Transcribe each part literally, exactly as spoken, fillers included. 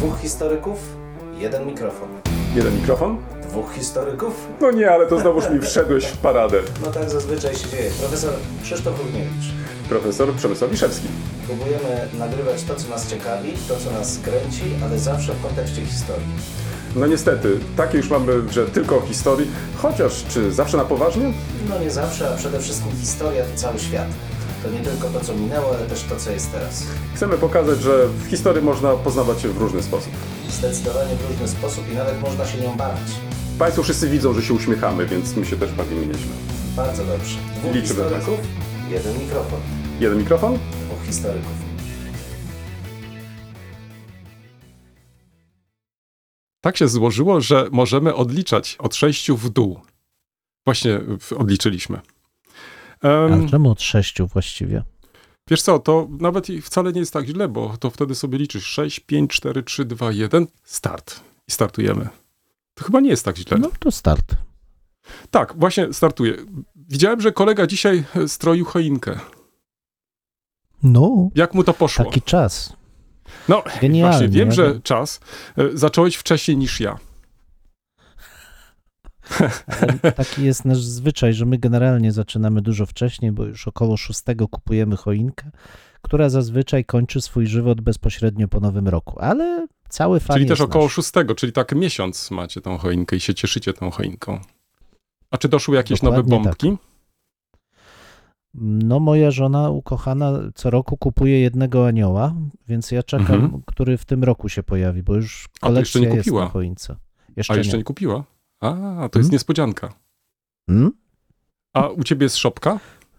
Dwóch historyków, jeden mikrofon. Jeden mikrofon? Dwóch historyków? No nie, ale to znowuż mi wszedłeś w paradę. No tak zazwyczaj się dzieje. Profesor Krzysztof Równiewicz. Profesor Przemysław Wiszewski. Próbujemy nagrywać to, co nas ciekawi, to, co nas kręci, ale zawsze w kontekście historii. No niestety, takie już mamy, że tylko o historii, chociaż czy zawsze na poważnie? No nie zawsze, a przede wszystkim historia to cały świat. To nie tylko to, co minęło, ale też to, co jest teraz. Chcemy pokazać, że w historii można poznawać się w różny sposób. Zdecydowanie w różny sposób i nawet można się nią bawić. Państwo wszyscy widzą, że się uśmiechamy, więc my się też bawimy nieźle. Bardzo dobrze. Dwóch Liczymy historyków, jeden mikrofon. Jeden mikrofon? Dwóch historyków. Tak się złożyło, że możemy odliczać od sześciu w dół. Właśnie odliczyliśmy. Um, A czemu od sześciu właściwie? wiesz co, to nawet i wcale nie jest tak źle, bo to wtedy sobie liczysz sześć, pięć, cztery, trzy, dwa, jeden, start. I startujemy. To chyba nie jest tak źle. No to start. Tak, właśnie startuję. Widziałem, że kolega dzisiaj stroił choinkę. No, Jak mu to poszło? taki czas. No, Genialnie. właśnie wiem, ja że czas. Zacząłeś wcześniej niż ja. Ale taki jest nasz zwyczaj, że my generalnie zaczynamy dużo wcześniej, bo już około szóstego kupujemy choinkę, która zazwyczaj kończy swój żywot bezpośrednio po nowym roku, ale cały fan Czyli jest też około nasz. szóstego, czyli tak miesiąc macie tą choinkę i się cieszycie tą choinką. A czy doszły jakieś Dokładnie nowe bombki? No moja żona ukochana co roku kupuje jednego anioła, więc ja czekam, Mhm. który w tym roku się pojawi, bo już A to jeszcze kolekcja nie jest kupiła. na choince. Jeszcze A jeszcze nie. nie kupiła? A, to Hmm? jest niespodzianka. Hmm? A u ciebie jest szopka?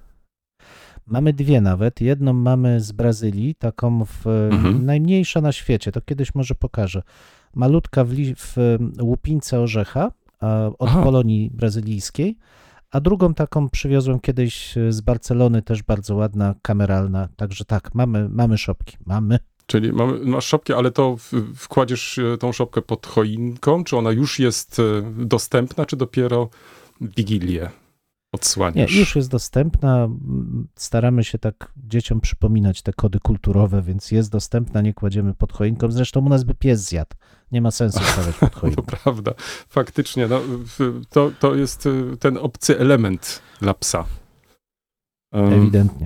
Mamy dwie nawet. Jedną mamy z Brazylii, taką w, Mhm. najmniejsza na świecie, to kiedyś może pokażę. Malutka w, li, w łupince orzecha a, od Aha. kolonii brazylijskiej, a drugą taką przywiozłem kiedyś z Barcelony, też bardzo ładna, kameralna. Także tak, mamy, mamy szopki. Mamy. Czyli mamy, masz szopkę, ale to w, wkładziesz e, tą szopkę pod choinką? Czy ona już jest e, dostępna, czy dopiero Wigilię Nie, odsłaniasz? już jest dostępna. M, Staramy się tak dzieciom przypominać te kody kulturowe, więc jest dostępna, nie kładziemy pod choinką. Zresztą u nas by pies zjadł. Nie ma sensu stawiać pod To choinką. prawda. Faktycznie, no, w- to, to jest e, ten obcy element dla psa. Em, Ewidentnie.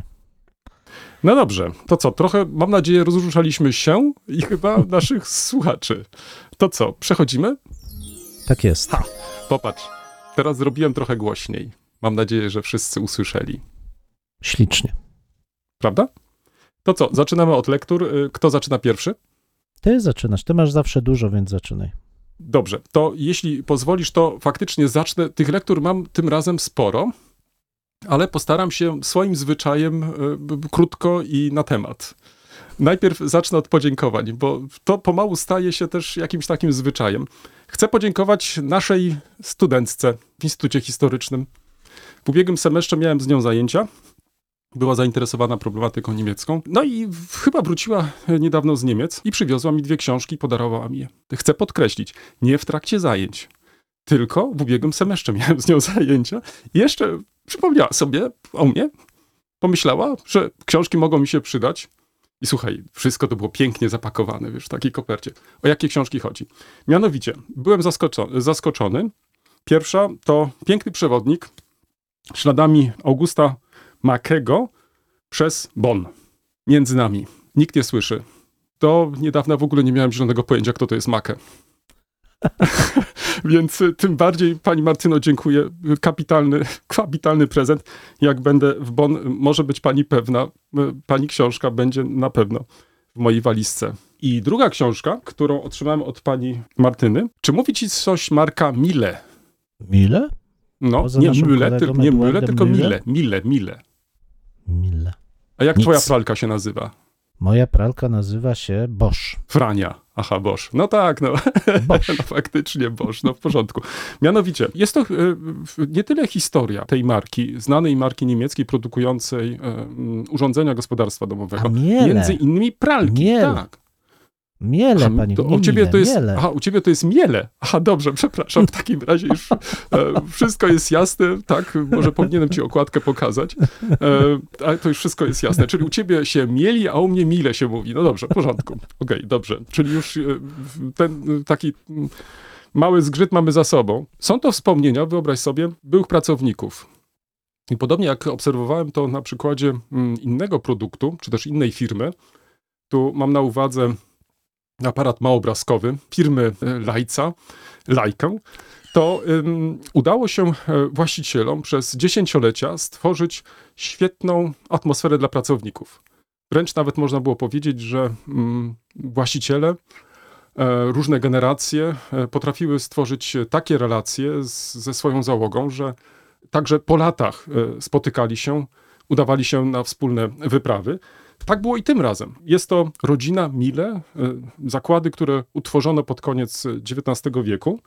No dobrze, to co? Trochę, mam nadzieję, rozruszaliśmy się i chyba naszych słuchaczy. To co, przechodzimy? Tak jest. Ha! Popatrz, teraz zrobiłem trochę głośniej. Mam nadzieję, że wszyscy usłyszeli. Ślicznie. Prawda? To co, zaczynamy od lektur. Y, Kto zaczyna pierwszy? Ty zaczynasz. Ty masz zawsze dużo, więc zaczynaj. Dobrze, to jeśli pozwolisz, to faktycznie zacznę. Tych lektur mam tym razem sporo, ale postaram się swoim zwyczajem y, b- b- krótko i na temat. Najpierw zacznę od podziękowań, bo to pomału staje się też jakimś takim zwyczajem. Chcę podziękować naszej studentce w Instytucie Historycznym. W ubiegłym semestrze miałem z nią zajęcia. Była zainteresowana problematyką niemiecką. No i w, chyba wróciła niedawno z Niemiec i przywiozła mi dwie książki i podarowała mi je. Chcę podkreślić, nie w trakcie zajęć, tylko w ubiegłym semestrze miałem z nią zajęcia. I jeszcze przypomniała sobie o mnie, pomyślała, że książki mogą mi się przydać. I słuchaj, wszystko to było pięknie zapakowane, wiesz, w takiej kopercie. O jakie książki chodzi? Mianowicie, byłem zaskoczony. zaskoczony. Pierwsza to piękny przewodnik śladami Augusta Mackego przez Bonn. Między nami. Nikt nie słyszy. Do niedawna w ogóle nie miałem zielonego pojęcia, kto to jest Macke. Więc y, tym bardziej, pani Martyno, dziękuję. Kapitalny, kapitalny prezent. Jak będę w Bonn, może być pani pewna, y, pani książka będzie na pewno w mojej walizce. I druga książka, którą otrzymałem od pani Martyny. Czy mówi ci coś marka Miele? Mile? No, Poza nie naszym Mülle, kolegą tylko, nie Mülle, Eduardem tylko Mülle? Mile, Mile, Mile. Mile. A jak Nic. twoja pralka się nazywa? Moja pralka nazywa się Bosch. Frania. Aha, Bosch. No tak, no. Bosch. no faktycznie Bosch, no w porządku. Mianowicie, jest to y, y, nie tyle historia tej marki, znanej marki niemieckiej produkującej y, y, urządzenia gospodarstwa domowego. A Miele. Między innymi pralki, Miele. tak. Miele, Aha, panie, to nie u ciebie mile, to jest, miele. aha, u ciebie to jest miele. Aha, dobrze, przepraszam, w takim razie już e, wszystko jest jasne, tak, może powinienem ci okładkę pokazać, e, ale to już wszystko jest jasne, czyli u ciebie się mieli, a u mnie mile się mówi. No dobrze, w porządku, okej, dobrze, czyli już e, ten taki mały zgrzyt mamy za sobą. Są to wspomnienia, wyobraź sobie, byłych pracowników. I podobnie jak obserwowałem to na przykładzie mm, innego produktu, czy też innej firmy, tu mam na uwadze aparat małobrazkowy firmy e, Lajca, Lajkę, to ym, udało się e, właścicielom przez dziesięciolecia stworzyć świetną atmosferę dla pracowników. Wręcz nawet można było powiedzieć, że ym, właściciele, e, różne generacje e, potrafiły stworzyć takie relacje z, ze swoją załogą, że także po latach e, spotykali się, udawali się na wspólne wyprawy. Tak było i tym razem. Jest to rodzina Mile, y, zakłady, które utworzono pod koniec dziewiętnastego wieku.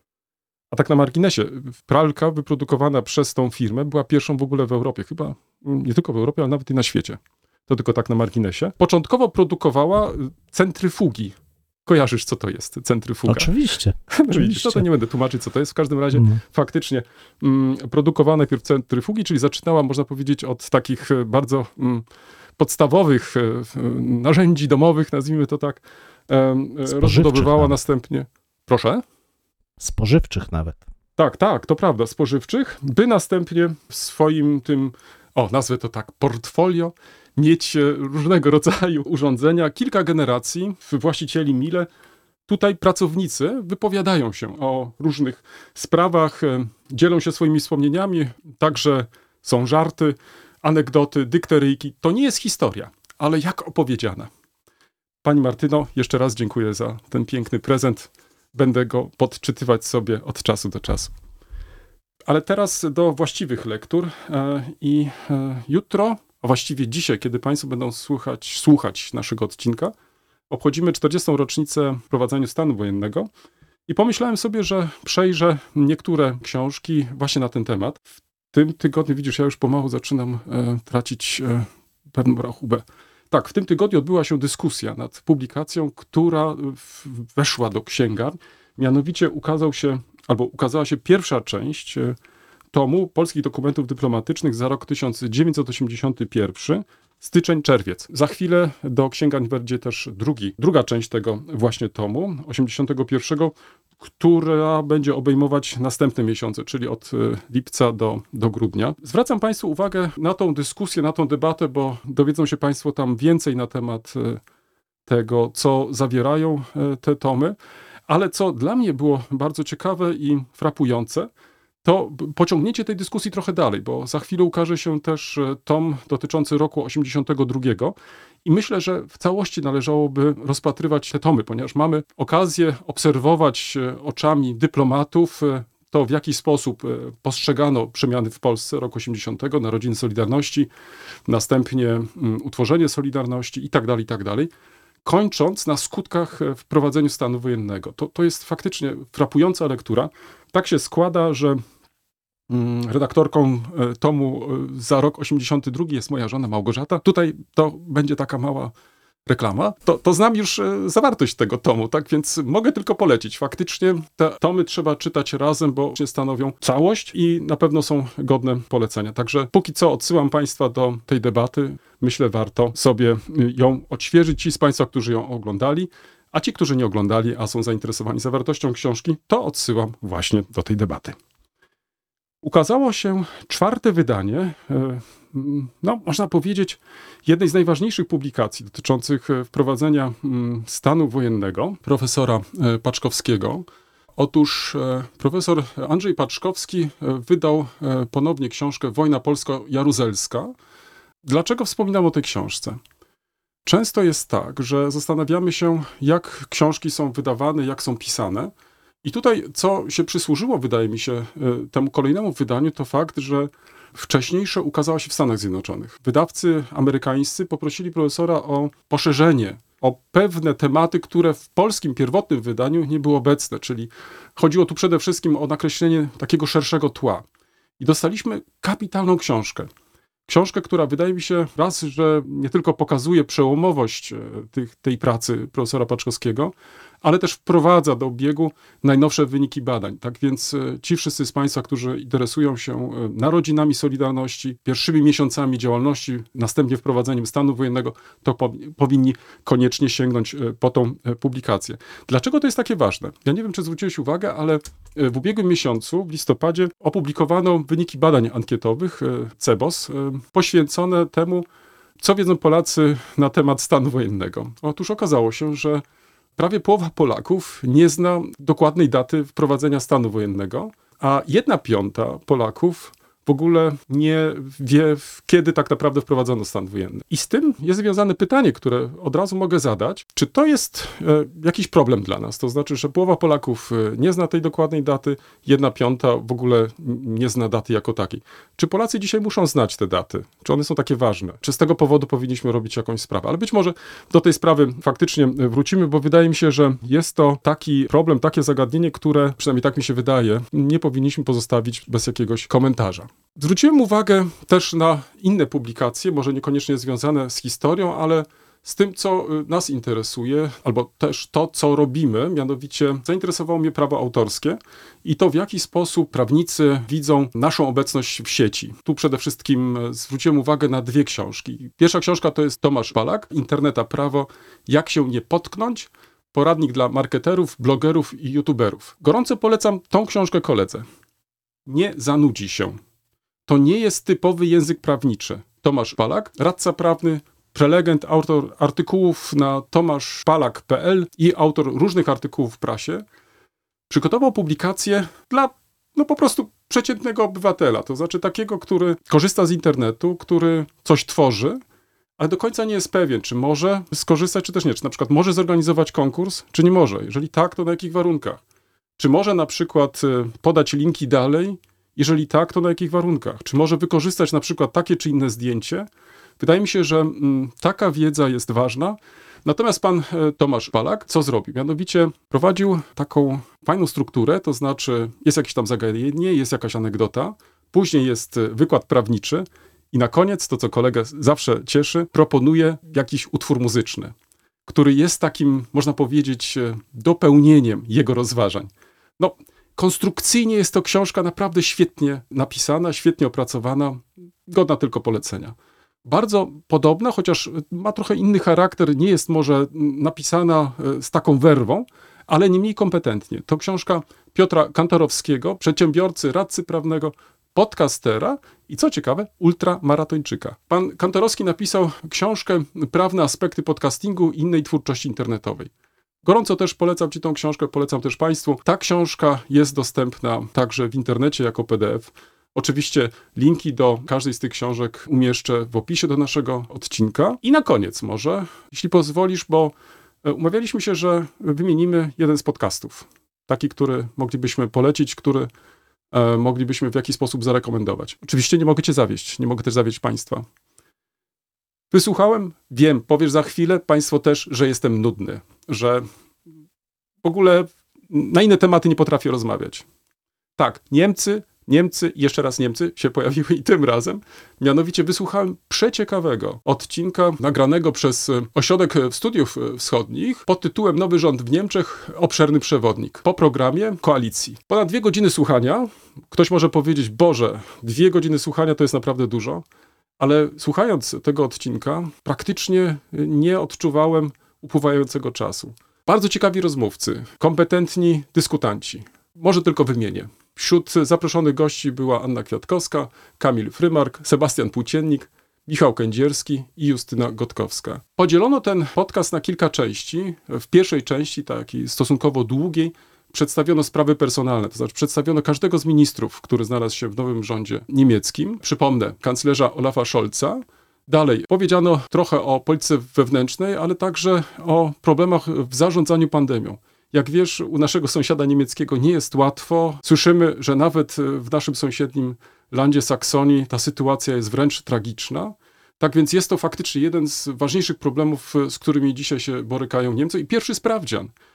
A tak na marginesie, pralka wyprodukowana przez tą firmę była pierwszą w ogóle w Europie. Chyba nie tylko w Europie, ale nawet i na świecie. To tylko tak na marginesie. Początkowo produkowała centryfugi. Kojarzysz, co to jest centryfuga? Oczywiście. Widzisz, oczywiście. no to nie będę tłumaczyć, co to jest. W każdym razie Mm. faktycznie mm, produkowała najpierw centryfugi, czyli zaczynała, można powiedzieć, od takich e, bardzo mm, podstawowych e, e, narzędzi domowych, nazwijmy to tak, e, e, rozbudowywała nawet. następnie. Proszę? Spożywczych nawet. Tak, tak, to prawda, spożywczych, by następnie w swoim tym, o, nazwę to tak, portfolio, mieć e, różnego rodzaju urządzenia, kilka generacji właścicieli Mile. Tutaj pracownicy wypowiadają się o różnych sprawach, e, dzielą się swoimi wspomnieniami, także są żarty, anegdoty, dykteryjki. To nie jest historia, ale jak opowiedziana. Pani Martyno, jeszcze raz dziękuję za ten piękny prezent. Będę go podczytywać sobie od czasu do czasu. Ale teraz do właściwych lektur e, i e, jutro, a właściwie dzisiaj, kiedy Państwo będą słuchać, słuchać naszego odcinka, obchodzimy czterdziestą rocznicę wprowadzenia stanu wojennego i pomyślałem sobie, że przejrzę niektóre książki właśnie na ten temat. W tym tygodniu, widzisz, ja już pomału zaczynam e, tracić e, pewną rachubę. Tak, w tym tygodniu odbyła się dyskusja nad publikacją, która w, weszła do księgarni. Mianowicie ukazał się, albo ukazała się pierwsza część e, tomu polskich dokumentów dyplomatycznych za rok tysiąc dziewięćset osiemdziesiąty pierwszy, styczeń-czerwiec. Za chwilę do księgarni wejdzie też drugi, druga część tego właśnie tomu, osiemdziesiątego pierwszego, która będzie obejmować następne miesiące, czyli od e, lipca do, do grudnia. Zwracam Państwu uwagę na tą dyskusję, na tą debatę, bo dowiedzą się Państwo tam więcej na temat e, tego, co zawierają e, te tomy, ale co dla mnie było bardzo ciekawe i frapujące, to pociągnięcie tej dyskusji trochę dalej, bo za chwilę ukaże się też tom dotyczący roku osiemdziesiątego drugiego i myślę, że w całości należałoby rozpatrywać te tomy, ponieważ mamy okazję obserwować oczami dyplomatów to, w jaki sposób postrzegano przemiany w Polsce roku osiemdziesiątego, narodziny Solidarności, następnie utworzenie Solidarności i tak dalej, i tak dalej. Kończąc na skutkach wprowadzenia stanu wojennego. To, to jest faktycznie frapująca lektura. Tak się składa, że mm, redaktorką tomu za rok osiemdziesiąty drugi jest moja żona Małgorzata. Tutaj to będzie taka mała reklama. To, to znam już zawartość tego tomu, tak więc mogę tylko polecić. Faktycznie te tomy trzeba czytać razem, bo stanowią całość i na pewno są godne polecenia. Także póki co odsyłam Państwa do tej debaty. Myślę, warto sobie ją odświeżyć. Ci z Państwa, którzy ją oglądali, a ci, którzy nie oglądali, a są zainteresowani zawartością książki, to odsyłam właśnie do tej debaty. Ukazało się czwarte wydanie, no można powiedzieć, jednej z najważniejszych publikacji dotyczących wprowadzenia stanu wojennego profesora Paczkowskiego. Otóż profesor Andrzej Paczkowski wydał ponownie książkę Wojna polsko-jaruzelska. Dlaczego wspominam o tej książce? Często jest tak, że zastanawiamy się, jak książki są wydawane, jak są pisane. I tutaj, co się przysłużyło, wydaje mi się, temu kolejnemu wydaniu, to fakt, że wcześniejsze ukazała się w Stanach Zjednoczonych. Wydawcy amerykańscy poprosili profesora o poszerzenie, o pewne tematy, które w polskim pierwotnym wydaniu nie były obecne, czyli chodziło tu przede wszystkim o nakreślenie takiego szerszego tła. I dostaliśmy kapitalną książkę. Książkę, która wydaje mi się raz, że nie tylko pokazuje przełomowość e, tych, tej pracy profesora Paczkowskiego, ale też wprowadza do obiegu najnowsze wyniki badań. Tak więc e, ci wszyscy z Państwa, którzy interesują się e, narodzinami Solidarności, pierwszymi miesiącami działalności, następnie wprowadzeniem stanu wojennego, to po, powinni koniecznie sięgnąć e, po tą e, publikację. Dlaczego to jest takie ważne? Ja nie wiem, czy zwróciłeś uwagę, ale e, w ubiegłym miesiącu, w listopadzie, opublikowano wyniki badań ankietowych e, C E B O S, e, poświęcone temu, co wiedzą Polacy na temat stanu wojennego. Otóż okazało się, że prawie połowa Polaków nie zna dokładnej daty wprowadzenia stanu wojennego, a jedna piąta Polaków w ogóle nie wie, kiedy tak naprawdę wprowadzono stan wojenny. I z tym jest związane pytanie, które od razu mogę zadać. Czy to jest e, jakiś problem dla nas? To znaczy, że połowa Polaków e, nie zna tej dokładnej daty, jedna piąta w ogóle nie zna daty jako takiej. Czy Polacy dzisiaj muszą znać te daty? Czy one są takie ważne? Czy z tego powodu powinniśmy robić jakąś sprawę? Ale być może do tej sprawy faktycznie wrócimy, bo wydaje mi się, że jest to taki problem, takie zagadnienie, które, przynajmniej tak mi się wydaje, nie powinniśmy pozostawić bez jakiegoś komentarza. Zwróciłem uwagę też na inne publikacje, może niekoniecznie związane z historią, ale z tym, co nas interesuje, albo też to, co robimy, mianowicie zainteresowało mnie prawo autorskie i to, w jaki sposób prawnicy widzą naszą obecność w sieci. Tu przede wszystkim zwróciłem uwagę na dwie książki. Pierwsza książka to jest Tomasz Palak, Internet a prawo, jak się nie potknąć, poradnik dla marketerów, blogerów i youtuberów. Gorąco polecam tą książkę koledze. Nie zanudzi się. To nie jest typowy język prawniczy. Tomasz Palak, radca prawny, prelegent, autor artykułów na tomaszpalak kropka p l i autor różnych artykułów w prasie, przygotował publikację dla no po prostu przeciętnego obywatela, to znaczy takiego, który korzysta z internetu, który coś tworzy, ale do końca nie jest pewien, czy może skorzystać, czy też nie. Czy na przykład może zorganizować konkurs, czy nie może. Jeżeli tak, to na jakich warunkach? Czy może na przykład podać linki dalej? Jeżeli tak, to na jakich warunkach? Czy może wykorzystać na przykład takie czy inne zdjęcie? Wydaje mi się, że m, taka wiedza jest ważna. Natomiast pan e, Tomasz Palak co zrobił? Mianowicie prowadził taką fajną strukturę, to znaczy jest jakieś tam zagadnienie, jest jakaś anegdota, później jest wykład prawniczy i na koniec, to co kolegę zawsze cieszy, proponuje jakiś utwór muzyczny, który jest takim, można powiedzieć, dopełnieniem jego rozważań. No, konstrukcyjnie jest to książka naprawdę świetnie napisana, świetnie opracowana, godna tylko polecenia. Bardzo podobna, chociaż ma trochę inny charakter, nie jest może napisana z taką werwą, ale nie mniej kompetentnie. To książka Piotra Kantorowskiego, przedsiębiorcy, radcy prawnego, podcastera i co ciekawe, ultramaratończyka. Pan Kantorowski napisał książkę Prawne aspekty podcastingu i innej twórczości internetowej. Gorąco też polecam Ci tą książkę, polecam też Państwu. Ta książka jest dostępna także w internecie jako P D F. Oczywiście linki do każdej z tych książek umieszczę w opisie do naszego odcinka. I na koniec może, jeśli pozwolisz, bo umawialiśmy się, że wymienimy jeden z podcastów. Taki, który moglibyśmy polecić, który e, moglibyśmy w jakiś sposób zarekomendować. Oczywiście nie mogę Cię zawieść, nie mogę też zawieść Państwa. Wysłuchałem, wiem, powiesz za chwilę, Państwo też, że jestem nudny, że w ogóle na inne tematy nie potrafię rozmawiać. Tak, Niemcy, Niemcy, jeszcze raz Niemcy się pojawiły i tym razem. Mianowicie wysłuchałem przeciekawego odcinka nagranego przez Ośrodek Studiów Wschodnich pod tytułem Nowy rząd w Niemczech, obszerny przewodnik po programie Koalicji. Ponad dwie godziny słuchania. Ktoś może powiedzieć, Boże, dwie godziny słuchania to jest naprawdę dużo. Ale słuchając tego odcinka, praktycznie nie odczuwałem upływającego czasu. Bardzo ciekawi rozmówcy, kompetentni dyskutanci. Może tylko wymienię. Wśród zaproszonych gości była Anna Kwiatkowska, Kamil Frymark, Sebastian Płóciennik, Michał Kędzierski i Justyna Gotkowska. Podzielono ten podcast na kilka części. W pierwszej części, takiej stosunkowo długiej, przedstawiono sprawy personalne, to znaczy przedstawiono każdego z ministrów, który znalazł się w nowym rządzie niemieckim. Przypomnę, kanclerza Olafa Scholza. Dalej powiedziano trochę o polityce wewnętrznej, ale także o problemach w zarządzaniu pandemią. Jak wiesz, u naszego sąsiada niemieckiego nie jest łatwo. Słyszymy, że nawet w naszym sąsiednim landzie Saksonii ta sytuacja jest wręcz tragiczna. Tak więc jest to faktycznie jeden z ważniejszych problemów, z którymi dzisiaj się borykają Niemcy. I pierwszy sprawdzian.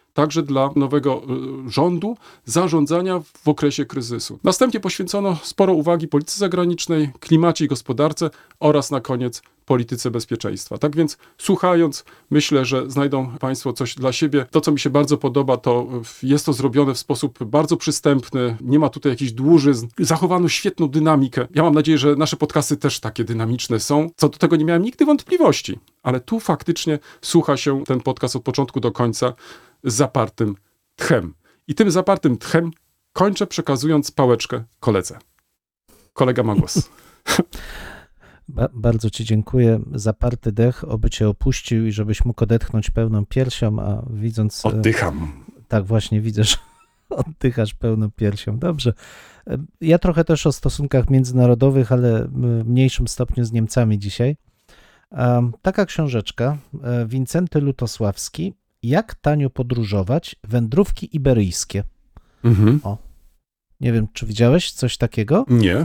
także dla nowego y, rządu zarządzania w okresie kryzysu. Następnie poświęcono sporo uwagi polityce zagranicznej, klimacie i gospodarce oraz na koniec polityce bezpieczeństwa. Tak więc słuchając, myślę, że znajdą Państwo coś dla siebie. To, co mi się bardzo podoba, to jest to zrobione w sposób bardzo przystępny, nie ma tutaj jakichś dłużyzn, zachowano świetną dynamikę. Ja mam nadzieję, że nasze podcasty też takie dynamiczne są. Co do tego nie miałem nigdy wątpliwości, ale tu faktycznie słucha się ten podcast od początku do końca z zapartym tchem. I tym zapartym tchem kończę, przekazując pałeczkę koledze. Kolega ma głos. Ba- bardzo Ci dziękuję. Zaparty dech, oby Cię opuścił i żebyś mógł odetchnąć pełną piersią, a widząc... Oddycham. Tak, właśnie widzę, że oddychasz pełną piersią. Dobrze. Ja trochę też o stosunkach międzynarodowych, ale w mniejszym stopniu z Niemcami dzisiaj. Taka książeczka, Wincenty Lutosławski, Jak tanio podróżować, wędrówki iberyjskie. Mhm. O, nie wiem, czy widziałeś coś takiego? Nie.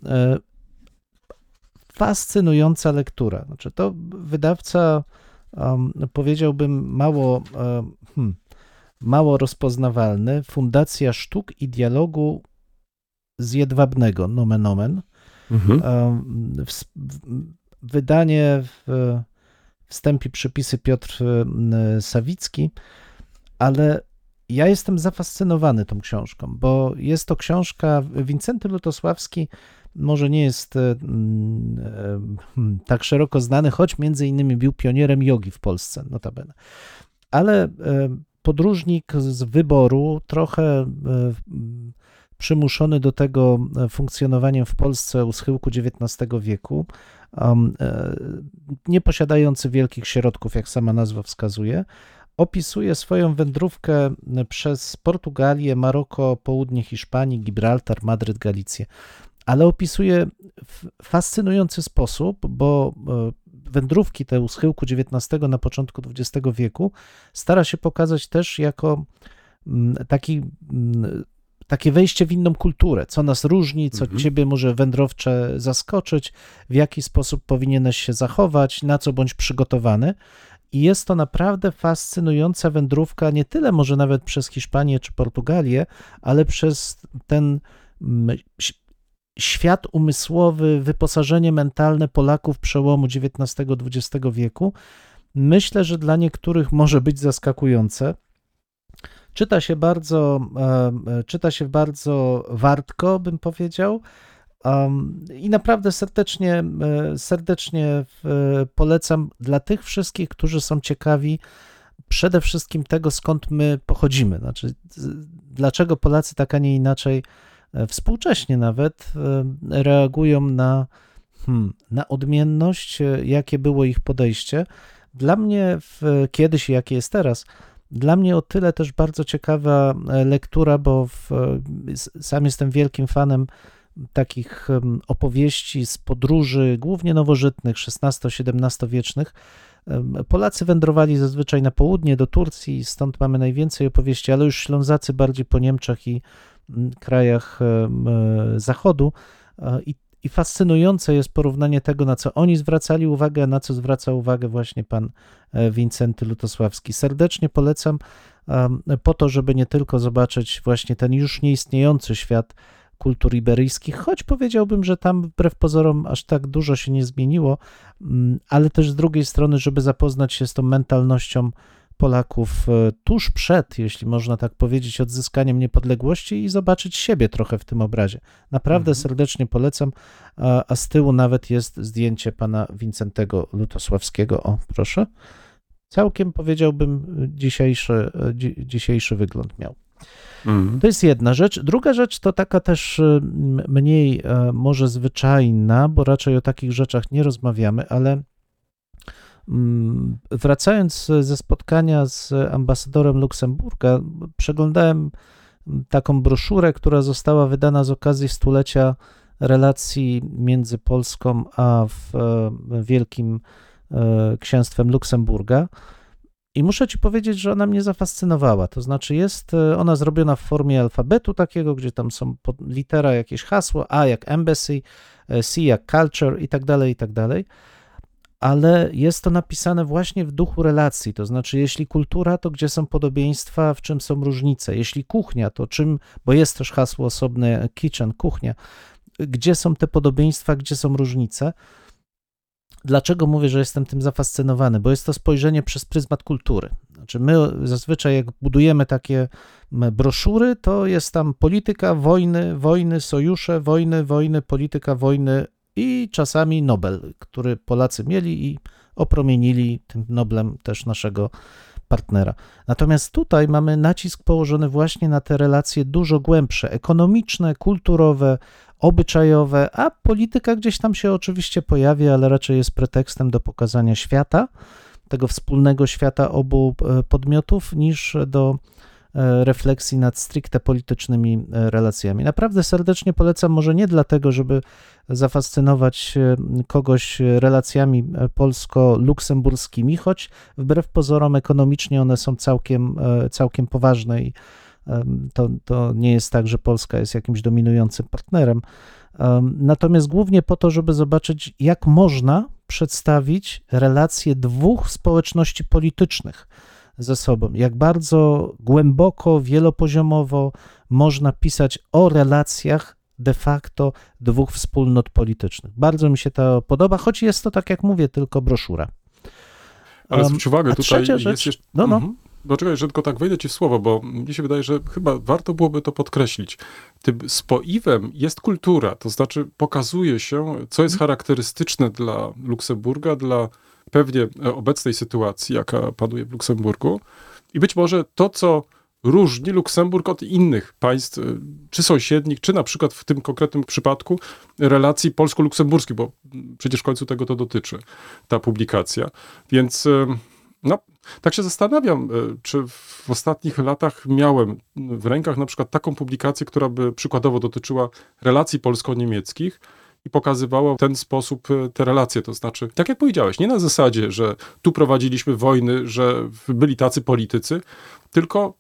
Fascynująca lektura. Znaczy, to wydawca, um, powiedziałbym, mało, um, hmm, mało rozpoznawalny. Fundacja Sztuk i Dialogu z Jedwabnego, nomen omen. Mhm. Um, w, w, wydanie w wstępie przypisy Piotr Sawicki, ale ja jestem zafascynowany tą książką, bo jest to książka, Wincenty Lutosławski może nie jest hmm, tak szeroko znany, choć między innymi był pionierem jogi w Polsce, notabene. Ale podróżnik z wyboru, trochę przymuszony do tego funkcjonowaniem w Polsce u schyłku dziewiętnastego wieku, nie posiadający wielkich środków, jak sama nazwa wskazuje, opisuje swoją wędrówkę przez Portugalię, Maroko, południe Hiszpanii, Gibraltar, Madryt, Galicję. Ale opisuje w fascynujący sposób, bo wędrówki te u schyłku dziewiętnastego na początku dwudziestego wieku stara się pokazać też jako taki, takie wejście w inną kulturę, co nas różni, co mhm. ciebie może wędrowcze zaskoczyć, w jaki sposób powinieneś się zachować, na co bądź przygotowany. I jest to naprawdę fascynująca wędrówka, nie tyle może nawet przez Hiszpanię czy Portugalię, ale przez ten świat umysłowy, wyposażenie mentalne Polaków przełomu dziewiętnastego dwudziestego wieku. Myślę, że dla niektórych może być zaskakujące. Czyta się bardzo, czyta się bardzo wartko, bym powiedział. I naprawdę serdecznie, serdecznie polecam dla tych wszystkich, którzy są ciekawi przede wszystkim tego, skąd my pochodzimy. Znaczy, dlaczego Polacy tak, a nie inaczej współcześnie nawet reagują na, hmm, na odmienność, jakie było ich podejście. Dla mnie w, kiedyś i jakie jest teraz, dla mnie o tyle też bardzo ciekawa lektura, bo w, sam jestem wielkim fanem takich opowieści z podróży, głównie nowożytnych, szesnasto-siedemnastowiecznych. Polacy wędrowali zazwyczaj na południe, do Turcji, stąd mamy najwięcej opowieści, ale już Ślązacy bardziej po Niemczech i krajach Zachodu. I, i fascynujące jest porównanie tego, na co oni zwracali uwagę, a na co zwraca uwagę właśnie pan Wincenty Lutosławski. Serdecznie polecam po to, żeby nie tylko zobaczyć właśnie ten już nieistniejący świat kultur iberyjskich, choć powiedziałbym, że tam wbrew pozorom aż tak dużo się nie zmieniło, ale też z drugiej strony, żeby zapoznać się z tą mentalnością Polaków tuż przed, jeśli można tak powiedzieć, odzyskaniem niepodległości i zobaczyć siebie trochę w tym obrazie. Naprawdę mhm. serdecznie polecam, a, a z tyłu nawet jest zdjęcie pana Wincentego Lutosławskiego. O, proszę. Całkiem, powiedziałbym, dzisiejszy, dzi, dzisiejszy wygląd miał. Mhm. To jest jedna rzecz. Druga rzecz to taka też mniej może zwyczajna, bo raczej o takich rzeczach nie rozmawiamy, ale wracając ze spotkania z ambasadorem Luksemburga, przeglądałem taką broszurę, która została wydana z okazji stulecia relacji między Polską a Wielkim Księstwem Luksemburga. I muszę ci powiedzieć, że ona mnie zafascynowała. To znaczy jest ona zrobiona w formie alfabetu takiego, gdzie tam są litera, jakieś hasło, A jak embassy, C jak culture i tak dalej, i tak dalej. ale jest to napisane właśnie w duchu relacji, to znaczy jeśli kultura, to gdzie są podobieństwa, w czym są różnice, jeśli kuchnia, to czym, bo jest też hasło osobne kitchen, kuchnia, gdzie są te podobieństwa, gdzie są różnice. Dlaczego mówię, że jestem tym zafascynowany? Bo jest to spojrzenie przez pryzmat kultury. Znaczy my zazwyczaj jak budujemy takie broszury, to jest tam polityka, wojny, wojny, sojusze, wojny, wojny, polityka, wojny i czasami Nobel, który Polacy mieli i opromienili tym Noblem też naszego partnera. Natomiast tutaj mamy nacisk położony właśnie na te relacje dużo głębsze, ekonomiczne, kulturowe, obyczajowe, a polityka gdzieś tam się oczywiście pojawi, ale raczej jest pretekstem do pokazania świata, tego wspólnego świata obu podmiotów, niż do refleksji nad stricte politycznymi relacjami. Naprawdę serdecznie polecam, może nie dlatego, żeby zafascynować kogoś relacjami polsko-luksemburskimi, choć wbrew pozorom ekonomicznie one są całkiem, całkiem poważne i to, to nie jest tak, że Polska jest jakimś dominującym partnerem. Natomiast głównie po to, żeby zobaczyć, jak można przedstawić relacje dwóch społeczności politycznych ze sobą, jak bardzo głęboko, wielopoziomowo można pisać o relacjach de facto dwóch wspólnot politycznych. Bardzo mi się to podoba, choć jest to, tak jak mówię, tylko broszura. Ale zwróć uwagę, A tutaj trzecia jest rzecz, jeszcze... no, no. Mhm. Poczekaj, że tylko tak wejdę ci w słowo, bo mnie się wydaje, że chyba warto byłoby to podkreślić. Tym spoiwem jest kultura, to znaczy pokazuje się, co jest charakterystyczne dla Luksemburga, dla pewnie obecnej sytuacji, jaka panuje w Luksemburgu. I być może to, co różni Luksemburg od innych państw, czy sąsiednich, czy na przykład w tym konkretnym przypadku relacji polsko-luksemburskich, bo przecież w końcu tego to dotyczy, ta publikacja. Więc no, tak się zastanawiam, czy w ostatnich latach miałem w rękach na przykład taką publikację, która by przykładowo dotyczyła relacji polsko-niemieckich i pokazywała w ten sposób te relacje. To znaczy, tak jak powiedziałeś, nie na zasadzie, że tu prowadziliśmy wojny, że byli tacy politycy, tylko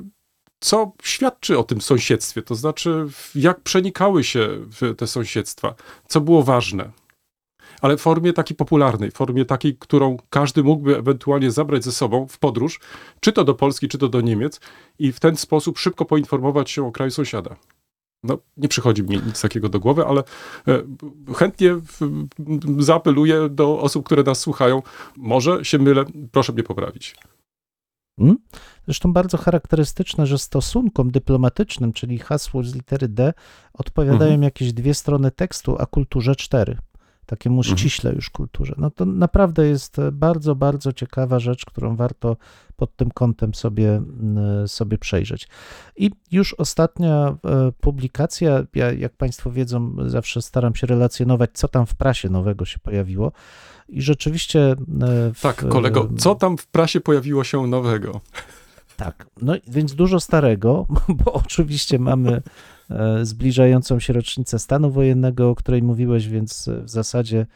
co świadczy o tym sąsiedztwie, to znaczy jak przenikały się w te sąsiedztwa, co było ważne. Ale w formie takiej popularnej, w formie takiej, którą każdy mógłby ewentualnie zabrać ze sobą w podróż, czy to do Polski, czy to do Niemiec i w ten sposób szybko poinformować się o kraju sąsiada. No, nie przychodzi mi nic takiego do głowy, ale chętnie zaapeluję do osób, które nas słuchają. Może się mylę, proszę mnie poprawić. Hmm? Zresztą bardzo charakterystyczne, że stosunkom dyplomatycznym, czyli hasło z litery D, odpowiadają mhm. jakieś dwie strony tekstu, a kulturze cztery. Takiemu ściśle już kulturze. No to naprawdę jest bardzo, bardzo ciekawa rzecz, którą warto pod tym kątem sobie, sobie przejrzeć. I już ostatnia publikacja, ja, jak Państwo wiedzą, zawsze staram się relacjonować, co tam w prasie nowego się pojawiło. I rzeczywiście... W, tak, kolego, co tam w prasie pojawiło się nowego? Tak, no więc dużo starego, bo oczywiście mamy zbliżającą się rocznicę stanu wojennego, o której mówiłeś, więc w zasadzie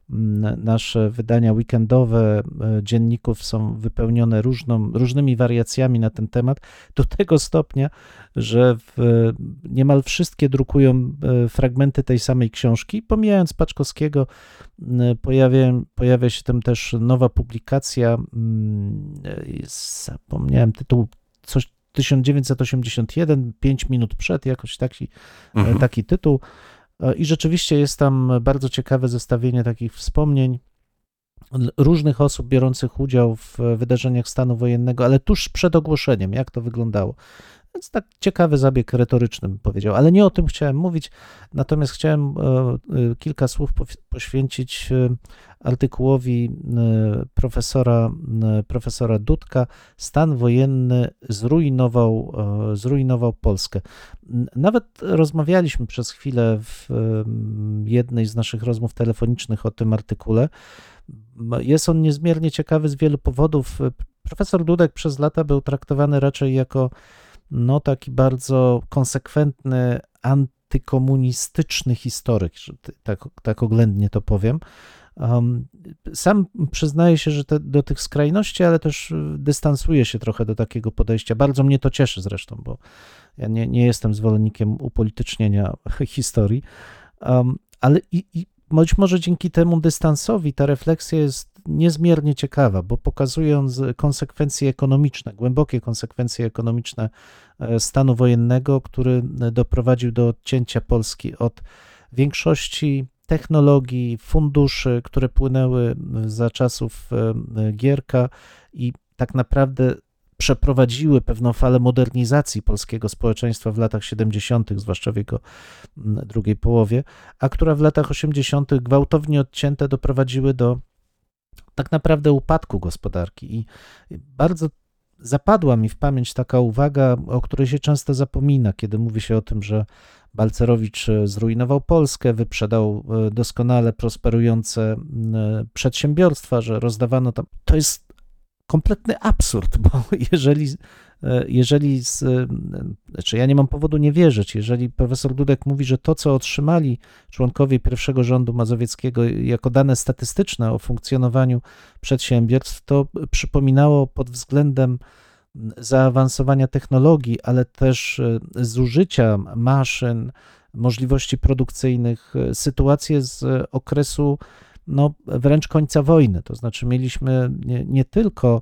nasze wydania weekendowe dzienników są wypełnione różną, różnymi wariacjami na ten temat, do tego stopnia, że w, niemal wszystkie drukują fragmenty tej samej książki. Pomijając Paczkowskiego, pojawia, pojawia się tam też nowa publikacja, zapomniałem tytuł, coś tysiąc dziewięćset osiemdziesiąt jeden, pięć minut przed, jakoś taki, mhm. taki tytuł. I rzeczywiście jest tam bardzo ciekawe zestawienie takich wspomnień różnych osób biorących udział w wydarzeniach stanu wojennego, ale tuż przed ogłoszeniem, jak to wyglądało. Więc tak ciekawy zabieg retoryczny bym powiedział, ale nie o tym chciałem mówić, natomiast chciałem kilka słów poświęcić artykułowi profesora, profesora Dudka. Stan wojenny zrujnował, zrujnował Polskę. Nawet rozmawialiśmy przez chwilę w jednej z naszych rozmów telefonicznych o tym artykule. Jest on niezmiernie ciekawy z wielu powodów. Profesor Dudek przez lata był traktowany raczej jako no taki bardzo konsekwentny, antykomunistyczny historyk, że tak, tak oględnie to powiem. Um, sam przyznaję się, że te, do tych skrajności, ale też dystansuję się trochę do takiego podejścia. Bardzo mnie to cieszy zresztą, bo ja nie, nie jestem zwolennikiem upolitycznienia historii, um, ale i, i być może dzięki temu dystansowi ta refleksja jest niezmiernie ciekawa, bo pokazując konsekwencje ekonomiczne, głębokie konsekwencje ekonomiczne stanu wojennego, który doprowadził do odcięcia Polski od większości technologii, funduszy, które płynęły za czasów Gierka i tak naprawdę przeprowadziły pewną falę modernizacji polskiego społeczeństwa w latach siedemdziesiątych, zwłaszcza w jego drugiej połowie, a która w latach osiemdziesiątych gwałtownie odcięte doprowadziły do tak naprawdę upadku gospodarki. I bardzo zapadła mi w pamięć taka uwaga, o której się często zapomina, kiedy mówi się o tym, że Balcerowicz zrujnował Polskę, wyprzedał doskonale prosperujące przedsiębiorstwa, że rozdawano tam. To jest kompletny absurd, bo jeżeli, jeżeli z, znaczy ja nie mam powodu nie wierzyć, jeżeli profesor Dudek mówi, że to, co otrzymali członkowie pierwszego rządu mazowieckiego jako dane statystyczne o funkcjonowaniu przedsiębiorstw, to przypominało pod względem zaawansowania technologii, ale też zużycia maszyn, możliwości produkcyjnych, sytuację z okresu no, wręcz końca wojny. To znaczy mieliśmy nie, nie tylko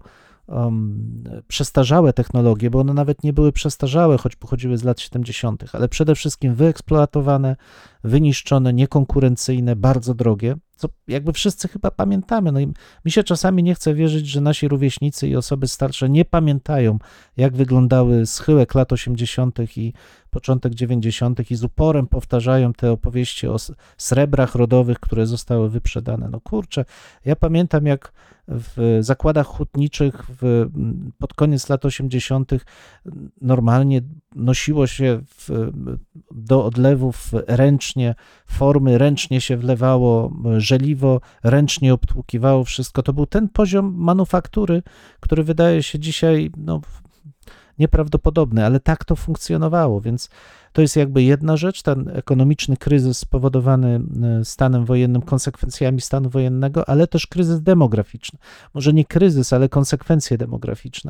um, przestarzałe technologie, bo one nawet nie były przestarzałe, choć pochodziły z lat siedemdziesiątych, ale przede wszystkim wyeksploatowane, wyniszczone, niekonkurencyjne, bardzo drogie, co jakby wszyscy chyba pamiętamy. No i mi się czasami nie chce wierzyć, że nasi rówieśnicy i osoby starsze nie pamiętają, jak wyglądały schyłek lat osiemdziesiątych i początek dziewięćdziesiątych i z uporem powtarzają te opowieści o srebrach rodowych, które zostały wyprzedane. No kurczę, ja pamiętam, jak w zakładach hutniczych w, pod koniec lat osiemdziesiątych normalnie nosiło się w, do odlewów ręcznie formy, ręcznie się wlewało żeliwo, ręcznie obtłukiwało wszystko. To był ten poziom manufaktury, który wydaje się dzisiaj no, nieprawdopodobny, ale tak to funkcjonowało, więc to jest jakby jedna rzecz, ten ekonomiczny kryzys spowodowany stanem wojennym, konsekwencjami stanu wojennego, ale też kryzys demograficzny. Może nie kryzys, ale konsekwencje demograficzne.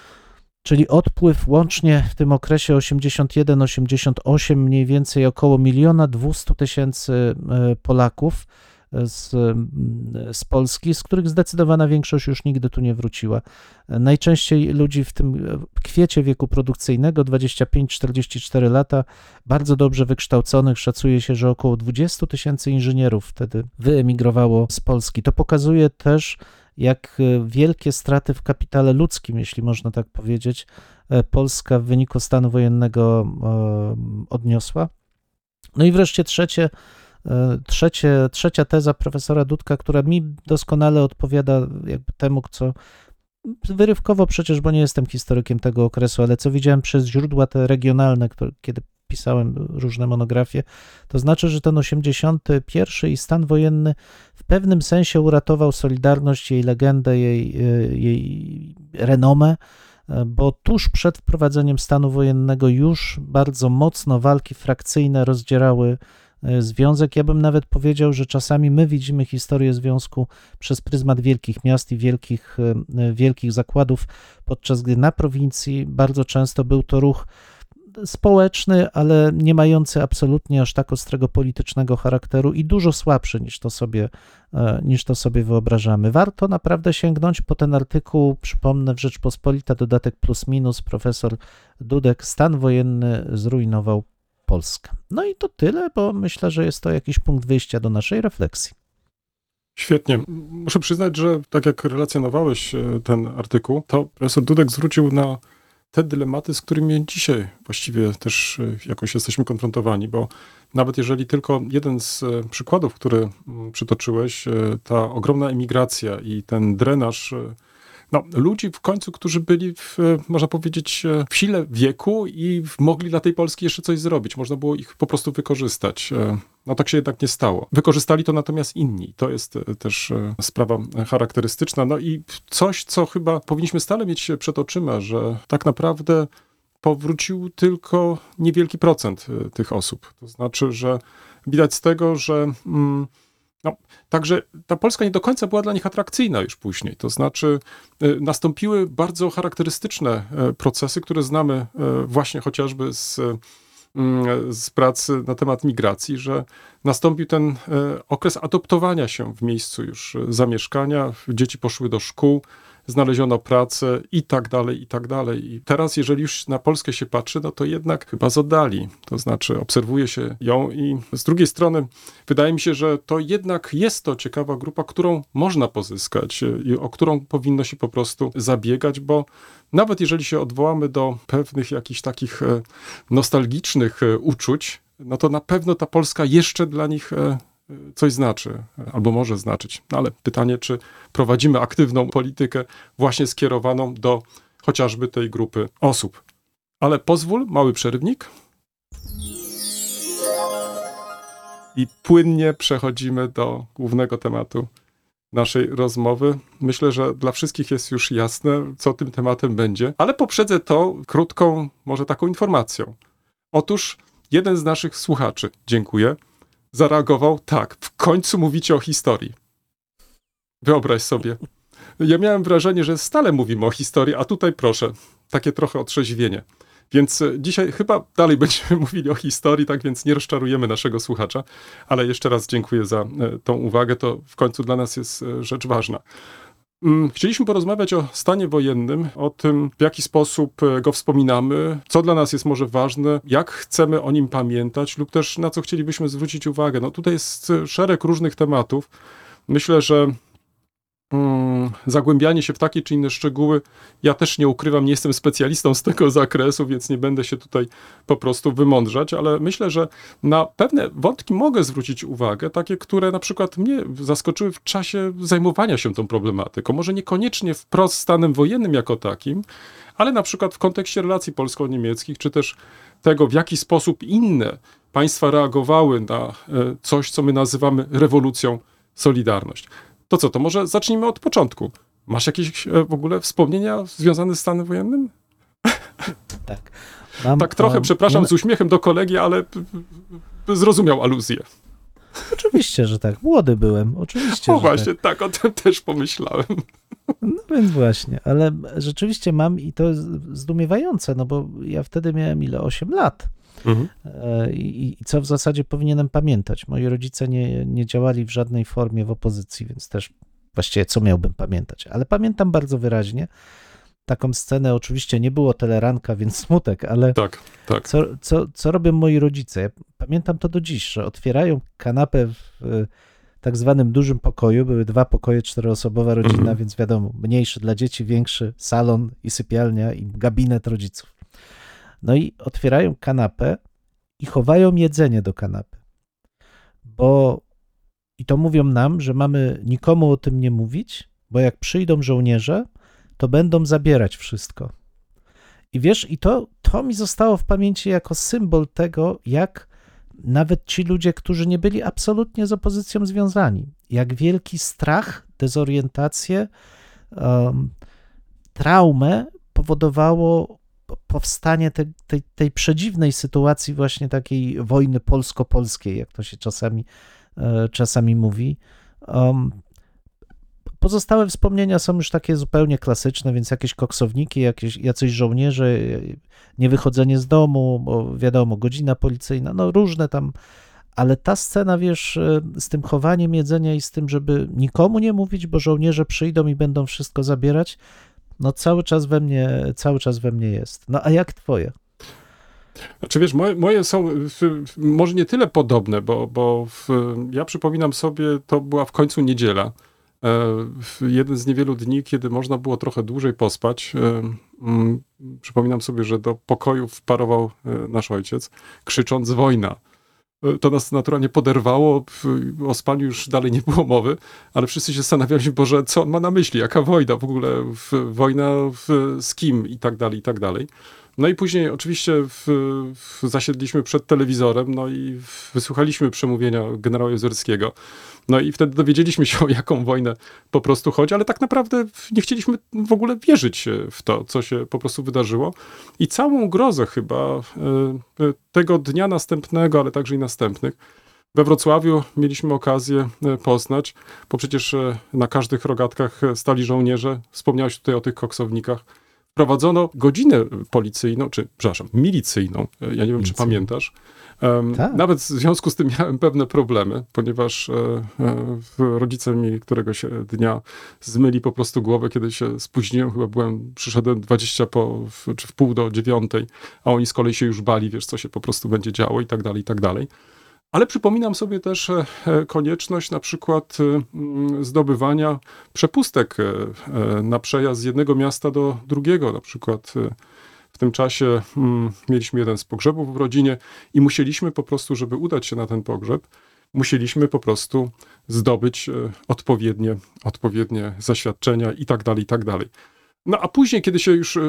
Czyli odpływ łącznie w tym okresie osiemdziesiąt jeden osiemdziesiąt osiem mniej więcej około miliona dwieście tysięcy Polaków z, z Polski, z których zdecydowana większość już nigdy tu nie wróciła. Najczęściej ludzi w tym kwiecie wieku produkcyjnego, dwadzieścia pięć czterdzieści cztery lata, bardzo dobrze wykształconych, szacuje się, że około dwadzieścia tysięcy inżynierów wtedy wyemigrowało z Polski. To pokazuje też, jak wielkie straty w kapitale ludzkim, jeśli można tak powiedzieć, Polska w wyniku stanu wojennego odniosła. No i wreszcie trzecie, trzecie, trzecia teza profesora Dudka, która mi doskonale odpowiada jakby temu, co wyrywkowo przecież, bo nie jestem historykiem tego okresu, ale co widziałem przez źródła te regionalne, które, kiedy pisałem różne monografie, to znaczy, że ten osiemdziesiąty pierwszy i stan wojenny w pewnym sensie uratował Solidarność, jej legendę, jej, jej renomę, bo tuż przed wprowadzeniem stanu wojennego już bardzo mocno walki frakcyjne rozdzierały związek. Ja bym nawet powiedział, że czasami my widzimy historię związku przez pryzmat wielkich miast i wielkich, wielkich zakładów, podczas gdy na prowincji bardzo często był to ruch społeczny, ale nie mający absolutnie aż tak ostrego politycznego charakteru i dużo słabszy niż to sobie, niż to sobie wyobrażamy. Warto naprawdę sięgnąć po ten artykuł, przypomnę, w Rzeczpospolita, dodatek plus minus, profesor Dudek, stan wojenny zrujnował Polskę. No i to tyle, bo myślę, że jest to jakiś punkt wyjścia do naszej refleksji. Świetnie. Muszę przyznać, że tak jak relacjonowałeś ten artykuł, to profesor Dudek zwrócił na te dylematy, z którymi dzisiaj właściwie też jakoś jesteśmy konfrontowani, bo nawet jeżeli tylko jeden z przykładów, który przytoczyłeś, ta ogromna emigracja i ten drenaż no, ludzi w końcu, którzy byli, w, można powiedzieć, w sile wieku i mogli dla tej Polski jeszcze coś zrobić. Można było ich po prostu wykorzystać. No tak się jednak nie stało. Wykorzystali to natomiast inni. To jest też sprawa charakterystyczna. No i coś, co chyba powinniśmy stale mieć przed oczyma, że tak naprawdę powrócił tylko niewielki procent tych osób. To znaczy, że widać z tego, że mm, no, także ta Polska nie do końca była dla nich atrakcyjna już później. To znaczy y, nastąpiły bardzo charakterystyczne y, procesy, które znamy y, właśnie chociażby z mm, z pracy na temat migracji, że nastąpił ten e, okres adoptowania się w miejscu już e, zamieszkania, dzieci poszły do szkół, znaleziono pracę i tak dalej, i tak dalej. I teraz, jeżeli już na Polskę się patrzy, no to jednak chyba z oddali. To znaczy obserwuje się ją i z drugiej strony wydaje mi się, że to jednak jest to ciekawa grupa, którą można pozyskać i o którą powinno się po prostu zabiegać, bo nawet jeżeli się odwołamy do pewnych jakichś takich e, nostalgicznych e, uczuć, no to na pewno ta Polska jeszcze dla nich e, coś znaczy, albo może znaczyć. No ale pytanie, czy prowadzimy aktywną politykę właśnie skierowaną do chociażby tej grupy osób. Ale pozwól, mały przerywnik. I płynnie przechodzimy do głównego tematu naszej rozmowy. Myślę, że dla wszystkich jest już jasne, co tym tematem będzie, ale poprzedzę to krótką, może taką informacją. Otóż jeden z naszych słuchaczy, dziękuję, zareagował tak, w końcu mówicie o historii. Wyobraź sobie. Ja miałem wrażenie, że stale mówimy o historii, a tutaj proszę, takie trochę otrzeźwienie. Więc dzisiaj chyba dalej będziemy mówili o historii, tak więc nie rozczarujemy naszego słuchacza, ale jeszcze raz dziękuję za tą uwagę, to w końcu dla nas jest rzecz ważna. Chcieliśmy porozmawiać o stanie wojennym, o tym, w jaki sposób go wspominamy, co dla nas jest może ważne, jak chcemy o nim pamiętać lub też na co chcielibyśmy zwrócić uwagę. No tutaj jest szereg różnych tematów. Myślę, że Hmm, zagłębianie się w takie czy inne szczegóły, ja też nie ukrywam, nie jestem specjalistą z tego zakresu, więc nie będę się tutaj po prostu wymądrzać, ale myślę, że na pewne wątki mogę zwrócić uwagę, takie, które na przykład mnie zaskoczyły w czasie zajmowania się tą problematyką. Może niekoniecznie wprost stanem wojennym jako takim, ale na przykład w kontekście relacji polsko-niemieckich, czy też tego, w jaki sposób inne państwa reagowały na coś, co my nazywamy rewolucją Solidarność. To co, to może zacznijmy od początku. Masz jakieś w ogóle wspomnienia związane z stanem wojennym? Tak. Mam, tak trochę, um, przepraszam, ja... z uśmiechem do kolegi, ale p- p- zrozumiał aluzję. Oczywiście, że tak. Młody byłem, oczywiście, O że właśnie, tak. tak, o tym też pomyślałem. No więc właśnie, ale rzeczywiście mam i to jest zdumiewające, no bo ja wtedy miałem ile? osiem lat. Mhm. I, I co w zasadzie powinienem pamiętać? Moi rodzice nie, nie działali w żadnej formie w opozycji, więc też właściwie co miałbym pamiętać? Ale pamiętam bardzo wyraźnie taką scenę, oczywiście nie było teleranka, więc smutek, ale tak, tak. Co, co, co robią moi rodzice? Ja pamiętam to do dziś, że otwierają kanapę w tak zwanym dużym pokoju, były dwa pokoje, czteroosobowa rodzina, mhm. więc wiadomo, mniejszy dla dzieci, większy salon i sypialnia i gabinet rodziców. No i otwierają kanapę i chowają jedzenie do kanapy, bo i to mówią nam, że mamy nikomu o tym nie mówić, bo jak przyjdą żołnierze, to będą zabierać wszystko. I wiesz, i to, to mi zostało w pamięci jako symbol tego, jak nawet ci ludzie, którzy nie byli absolutnie z opozycją związani, jak wielki strach, dezorientację, um, traumę powodowało powstanie te, tej, tej przedziwnej sytuacji właśnie takiej wojny polsko-polskiej, jak to się czasami, e, czasami mówi. Um, pozostałe wspomnienia są już takie zupełnie klasyczne, więc jakieś koksowniki, jakieś, jacyś żołnierze, niewychodzenie z domu, bo wiadomo, godzina policyjna, no różne tam, ale ta scena, wiesz, z tym chowaniem jedzenia i z tym, żeby nikomu nie mówić, bo żołnierze przyjdą i będą wszystko zabierać, no cały czas we mnie, cały czas we mnie jest. No a jak twoje? Znaczy wiesz, moje, moje są w, może nie tyle podobne, bo, bo w, ja przypominam sobie, to była w końcu niedziela. E, jeden z niewielu dni, kiedy można było trochę dłużej pospać. E, m, przypominam sobie, że do pokoju wparował e, nasz ojciec, krzycząc wojna. To nas naturalnie poderwało, o spaniu już dalej nie było mowy, ale wszyscy się zastanawiali, Boże, co on ma na myśli, jaka wojna w ogóle, w, wojna w, z kim i tak dalej, i tak dalej. No i później oczywiście w, w zasiedliśmy przed telewizorem, no i wysłuchaliśmy przemówienia generała Jezerskiego. No i wtedy dowiedzieliśmy się, o jaką wojnę po prostu chodzi, ale tak naprawdę nie chcieliśmy w ogóle wierzyć w to, co się po prostu wydarzyło. I całą grozę chyba tego dnia następnego, ale także i następnych, we Wrocławiu mieliśmy okazję poznać, bo przecież na każdych rogatkach stali żołnierze. Wspomniałeś tutaj o tych koksownikach. prowadzono godzinę policyjną, czy, przepraszam, milicyjną. Ja nie wiem, czy Milicyjną. pamiętasz. Um, Tak. Nawet w związku z tym miałem pewne problemy, ponieważ e, e, rodzice mi któregoś dnia zmyli po prostu głowę, kiedy się spóźniłem. Chyba byłem, przyszedłem dwadzieścia po, w, czy w pół do dziewiątej, a oni z kolei się już bali, wiesz, co się po prostu będzie działo i tak dalej, i tak dalej. Ale przypominam sobie też e, e, konieczność na przykład e, m, zdobywania przepustek e, e, na przejazd z jednego miasta do drugiego. Na przykład e, w tym czasie mm, mieliśmy jeden z pogrzebów w rodzinie i musieliśmy po prostu, żeby udać się na ten pogrzeb, musieliśmy po prostu zdobyć e, odpowiednie, odpowiednie zaświadczenia i tak dalej, i tak dalej. No a później, kiedy się już e,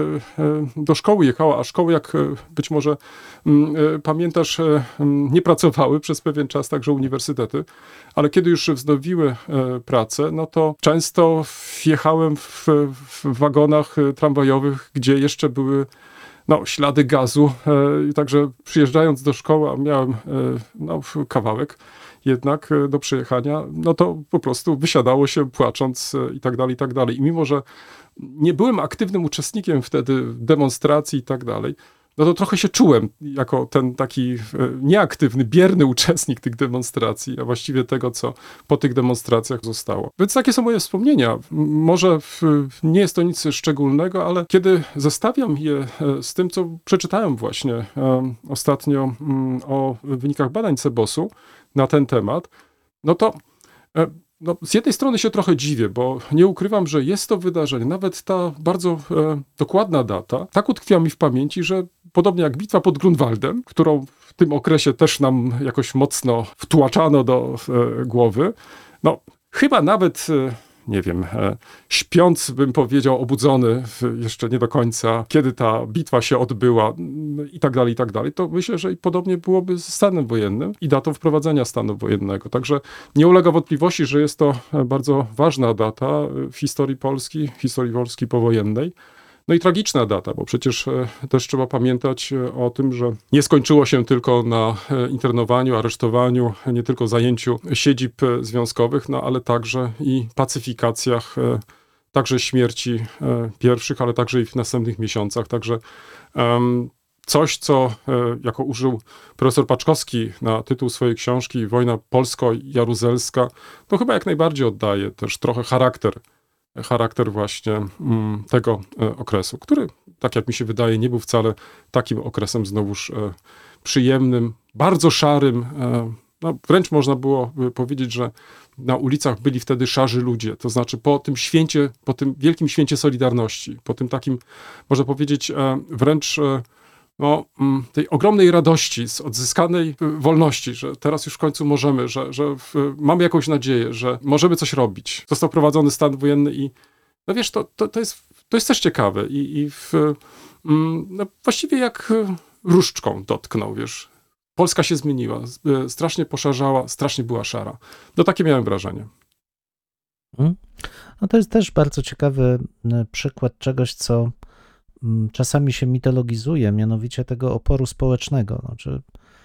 e, do szkoły jechało, a szkoły, jak e, być może m, e, pamiętasz, e, m, nie pracowały przez pewien czas, także uniwersytety, ale kiedy już wznowiły e, pracę, no to często jechałem w, w wagonach e, tramwajowych, gdzie jeszcze były no, ślady gazu, e, i także przyjeżdżając do szkoły, a miałem e, no, kawałek jednak e, do przejechania, no to po prostu wysiadało się płacząc e, i tak dalej, i tak dalej. I mimo, że nie byłem aktywnym uczestnikiem wtedy demonstracji i tak dalej, no to trochę się czułem jako ten taki e, nieaktywny, bierny uczestnik tych demonstracji, a właściwie tego, co po tych demonstracjach zostało. Więc takie są moje wspomnienia. M- Może w, nie jest to nic szczególnego, ale kiedy zestawiam je e, z tym, co przeczytałem właśnie e, ostatnio mm, o wynikach badań Cebosu na ten temat, no to e, no, z jednej strony się trochę dziwię, bo nie ukrywam, że jest to wydarzenie, nawet ta bardzo e, dokładna data, tak utkwiła mi w pamięci, że podobnie jak bitwa pod Grunwaldem, którą w tym okresie też nam jakoś mocno wtłaczano do e, głowy, no chyba nawet, e, nie wiem, e, śpiąc bym powiedział, obudzony w, jeszcze nie do końca, kiedy ta bitwa się odbyła m, i tak dalej, i tak dalej, to myślę, że i podobnie byłoby z stanem wojennym i datą wprowadzenia stanu wojennego. Także nie ulega wątpliwości, że jest to e, bardzo ważna data e, w historii Polski, w historii Polski powojennej. No i tragiczna data, bo przecież e, też trzeba pamiętać e, o tym, że nie skończyło się tylko na e, internowaniu, aresztowaniu, nie tylko zajęciu siedzib e, związkowych, no ale także i pacyfikacjach, e, także śmierci e, pierwszych, ale także i w następnych miesiącach. Także em, coś, co e, jako użył profesor Paczkowski na tytuł swojej książki Wojna polsko-jaruzelska, to chyba jak najbardziej oddaje też trochę charakter charakter właśnie mm, tego e, okresu, który, tak jak mi się wydaje, nie był wcale takim okresem znowuż e, przyjemnym, bardzo szarym. E, no, wręcz można było by powiedzieć, że na ulicach byli wtedy szarzy ludzie. To znaczy po tym święcie, po tym wielkim święcie Solidarności, po tym takim, można powiedzieć, e, wręcz e, no, mm, tej ogromnej radości z odzyskanej y, wolności, że teraz już w końcu możemy, że, że w, mamy jakąś nadzieję, że możemy coś robić. Został wprowadzony stan wojenny i no wiesz, to, to, to, jest, to jest też ciekawe i, i w, mm, no, właściwie jak y, różdżką dotknął, wiesz. Polska się zmieniła, z- y, strasznie poszarzała, strasznie była szara. No takie miałem wrażenie. Mhm. No to jest też bardzo ciekawy m, przykład czegoś, co m, czasami się mitologizuje, mianowicie tego oporu społecznego. Znaczy,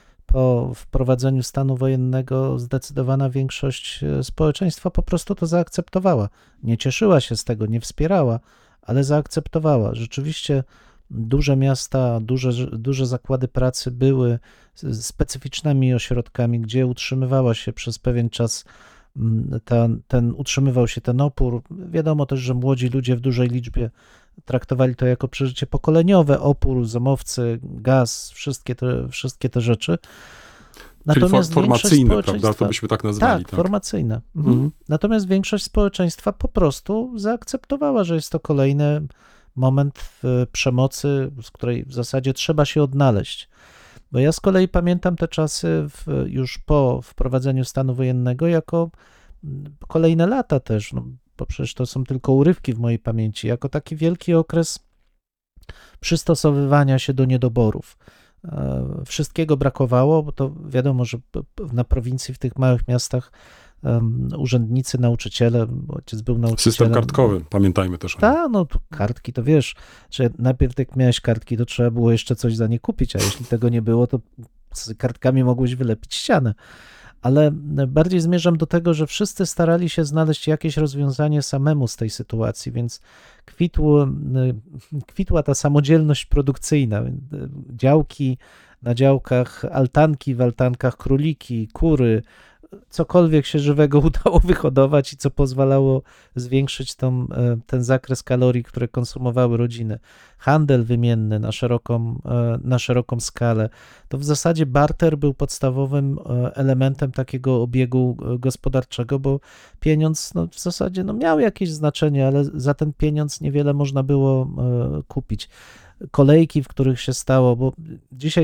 po wprowadzeniu stanu wojennego zdecydowana większość e, społeczeństwa po prostu to zaakceptowała. Nie cieszyła się z tego, nie wspierała, ale zaakceptowała. Rzeczywiście duże miasta, duże, duże zakłady pracy były s- specyficznymi ośrodkami, gdzie utrzymywała się przez pewien czas mm, ten, ten, utrzymywał się ten opór. Wiadomo też, że młodzi ludzie w dużej liczbie traktowali to jako przeżycie pokoleniowe, opór, zomowcy, gaz, wszystkie te, wszystkie te rzeczy. Czyli for, większość formacyjne, prawda? społeczeństwa- To byśmy tak nazwali. tak, formacyjne. Mhm. Mhm. Natomiast większość społeczeństwa po prostu zaakceptowała, że jest to kolejny moment w przemocy, z której w zasadzie trzeba się odnaleźć. Bo ja z kolei pamiętam te czasy w, już po wprowadzeniu stanu wojennego jako mm, kolejne lata też, no, bo przecież to są tylko urywki w mojej pamięci, jako taki wielki okres przystosowywania się do niedoborów. E, Wszystkiego brakowało, bo to wiadomo, że p- p- na prowincji, w tych małych miastach em, urzędnicy, nauczyciele, bo ojciec był nauczycielem. System kartkowy, pamiętajmy też o nim. Tak, no tu kartki to wiesz, że najpierw jak miałeś kartki, to trzeba było jeszcze coś za nie kupić, a jeśli tego nie było, to z kartkami mogłeś wylepić ścianę. ale bardziej zmierzam do tego, że wszyscy starali się znaleźć jakieś rozwiązanie samemu z tej sytuacji, więc kwitło, kwitła ta samodzielność produkcyjna. Działki na działkach, altanki w altankach, króliki, kury, cokolwiek się żywego udało wyhodować i co pozwalało zwiększyć tą, ten zakres kalorii, które konsumowały rodziny. Handel wymienny na szeroką, na szeroką skalę. To w zasadzie barter był podstawowym elementem takiego obiegu gospodarczego, bo pieniądz no, w zasadzie no, miał jakieś znaczenie, ale za ten pieniądz niewiele można było kupić. Kolejki, w których się stało, bo dzisiaj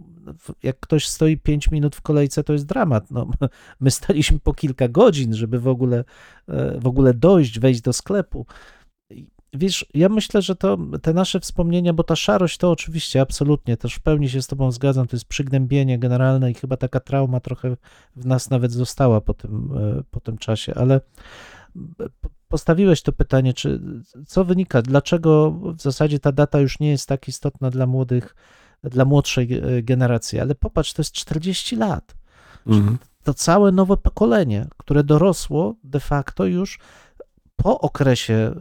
jak ktoś stoi pięć minut w kolejce, to jest dramat. No, my staliśmy po kilka godzin, żeby w ogóle, w ogóle dojść, wejść do sklepu. Wiesz, ja myślę, że to te nasze wspomnienia, bo ta szarość to oczywiście absolutnie, też w pełni się z tobą zgadzam, to jest przygnębienie generalne i chyba taka trauma trochę w nas nawet została po tym, po tym czasie, ale postawiłeś to pytanie, czy co wynika, dlaczego w zasadzie ta data już nie jest tak istotna dla młodych, dla młodszej generacji, ale popatrz, to jest czterdzieści lat. Mhm. To całe nowe pokolenie, które dorosło de facto już po okresie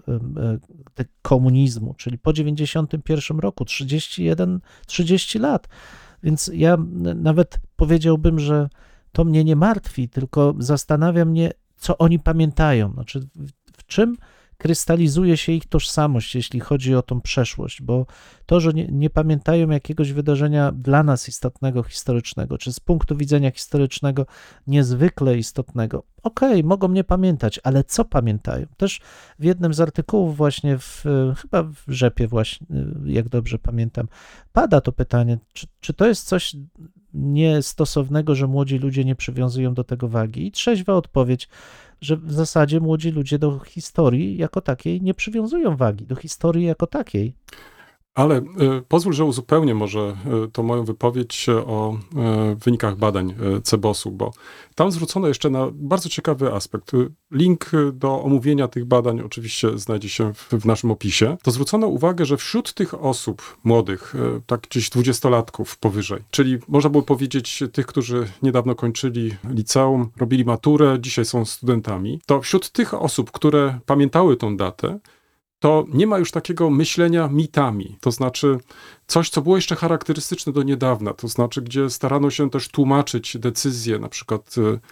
komunizmu, czyli po dziewięćdziesiątym pierwszym roku, trzydzieści jeden, trzydzieści lat. Więc ja nawet powiedziałbym, że to mnie nie martwi, tylko zastanawia mnie, co oni pamiętają, znaczy w, w czym krystalizuje się ich tożsamość, jeśli chodzi o tą przeszłość, bo to, że nie, nie pamiętają jakiegoś wydarzenia dla nas istotnego, historycznego, czy z punktu widzenia historycznego niezwykle istotnego, okej, okay, mogą nie pamiętać, ale co pamiętają? Też w jednym z artykułów właśnie, w, chyba w Rzepie właśnie, jak dobrze pamiętam, pada to pytanie, czy, czy to jest coś niestosownego, że młodzi ludzie nie przywiązują do tego wagi? I trzeźwa odpowiedź, że w zasadzie młodzi ludzie do historii jako takiej nie przywiązują wagi, do historii jako takiej. Ale y, pozwól, że uzupełnię może y, tą moją wypowiedź o y, wynikach badań y, Cebosu, bo tam zwrócono jeszcze na bardzo ciekawy aspekt. Link do omówienia tych badań oczywiście znajdzie się w, w naszym opisie. To zwrócono uwagę, że wśród tych osób młodych, y, tak gdzieś dwudziestolatków powyżej, czyli można było powiedzieć tych, którzy niedawno kończyli liceum, robili maturę, dzisiaj są studentami, to wśród tych osób, które pamiętały tą datę, to nie ma już takiego myślenia mitami, to znaczy coś, co było jeszcze charakterystyczne do niedawna, to znaczy gdzie starano się też tłumaczyć decyzje na przykład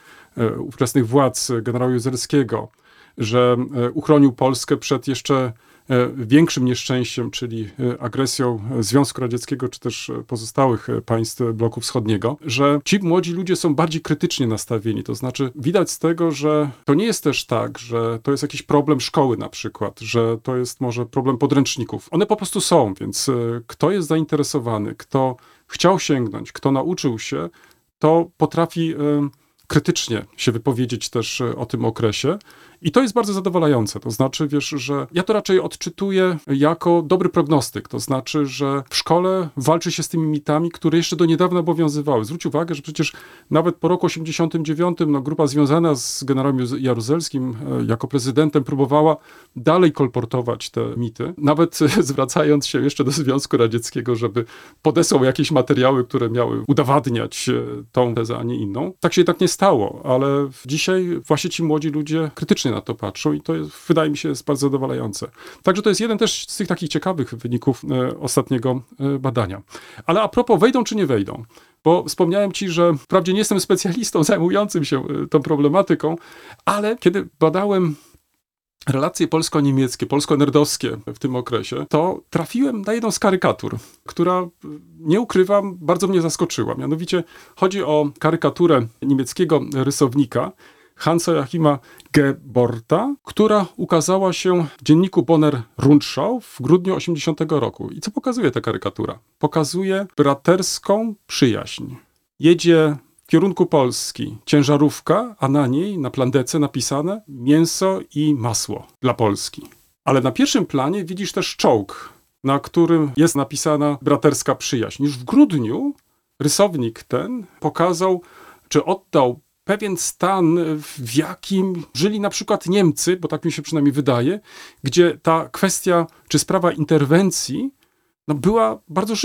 e, ówczesnych władz generała Józerskiego, że e, uchronił Polskę przed jeszcze e, większym nieszczęściem, czyli e, agresją Związku Radzieckiego, czy też pozostałych państw bloku wschodniego, że ci młodzi ludzie są bardziej krytycznie nastawieni, to znaczy widać z tego, że to nie jest też tak, że to jest jakiś problem szkoły na przykład, że to jest może problem podręczników. One po prostu są, więc e, kto jest zainteresowany, kto chciał sięgnąć, kto nauczył się, to potrafi e, krytycznie się wypowiedzieć też o tym okresie. I to jest bardzo zadowalające. To znaczy, wiesz, że ja to raczej odczytuję jako dobry prognostyk. To znaczy, że w szkole walczy się z tymi mitami, które jeszcze do niedawna obowiązywały. Zwróć uwagę, że przecież nawet po roku osiemdziesiątym dziewiątym no, grupa związana z generałem Jaruzelskim jako prezydentem próbowała dalej kolportować te mity. Nawet zwracając się jeszcze do Związku Radzieckiego, żeby podesłał jakieś materiały, które miały udowadniać tą tezę, a nie inną. Tak się jednak nie stało, ale dzisiaj właśnie ci młodzi ludzie krytycznie na to patrzą i to jest, wydaje mi się, jest bardzo zadowalające. Także to jest jeden też z tych takich ciekawych wyników e, ostatniego e, badania. Ale a propos, wejdą czy nie wejdą? Bo wspomniałem ci, że wprawdzie nie jestem specjalistą zajmującym się e, tą problematyką, ale kiedy badałem relacje polsko-niemieckie, polsko-nerdowskie w tym okresie, to trafiłem na jedną z karykatur, która, nie ukrywam, bardzo mnie zaskoczyła. Mianowicie chodzi o karykaturę niemieckiego rysownika Hansa Joachima Geborta, która ukazała się w dzienniku Bonner Rundschau w grudniu osiemdziesiątego roku. I co pokazuje ta karykatura? Pokazuje braterską przyjaźń. Jedzie w kierunku Polski ciężarówka, a na niej, na plandece napisane mięso i masło dla Polski. Ale na pierwszym planie widzisz też czołg, na którym jest napisana braterska przyjaźń. Już w grudniu rysownik ten pokazał, czy oddał pewien stan, w jakim żyli na przykład Niemcy, bo tak mi się przynajmniej wydaje, gdzie ta kwestia, czy sprawa interwencji no była bardzo żywa.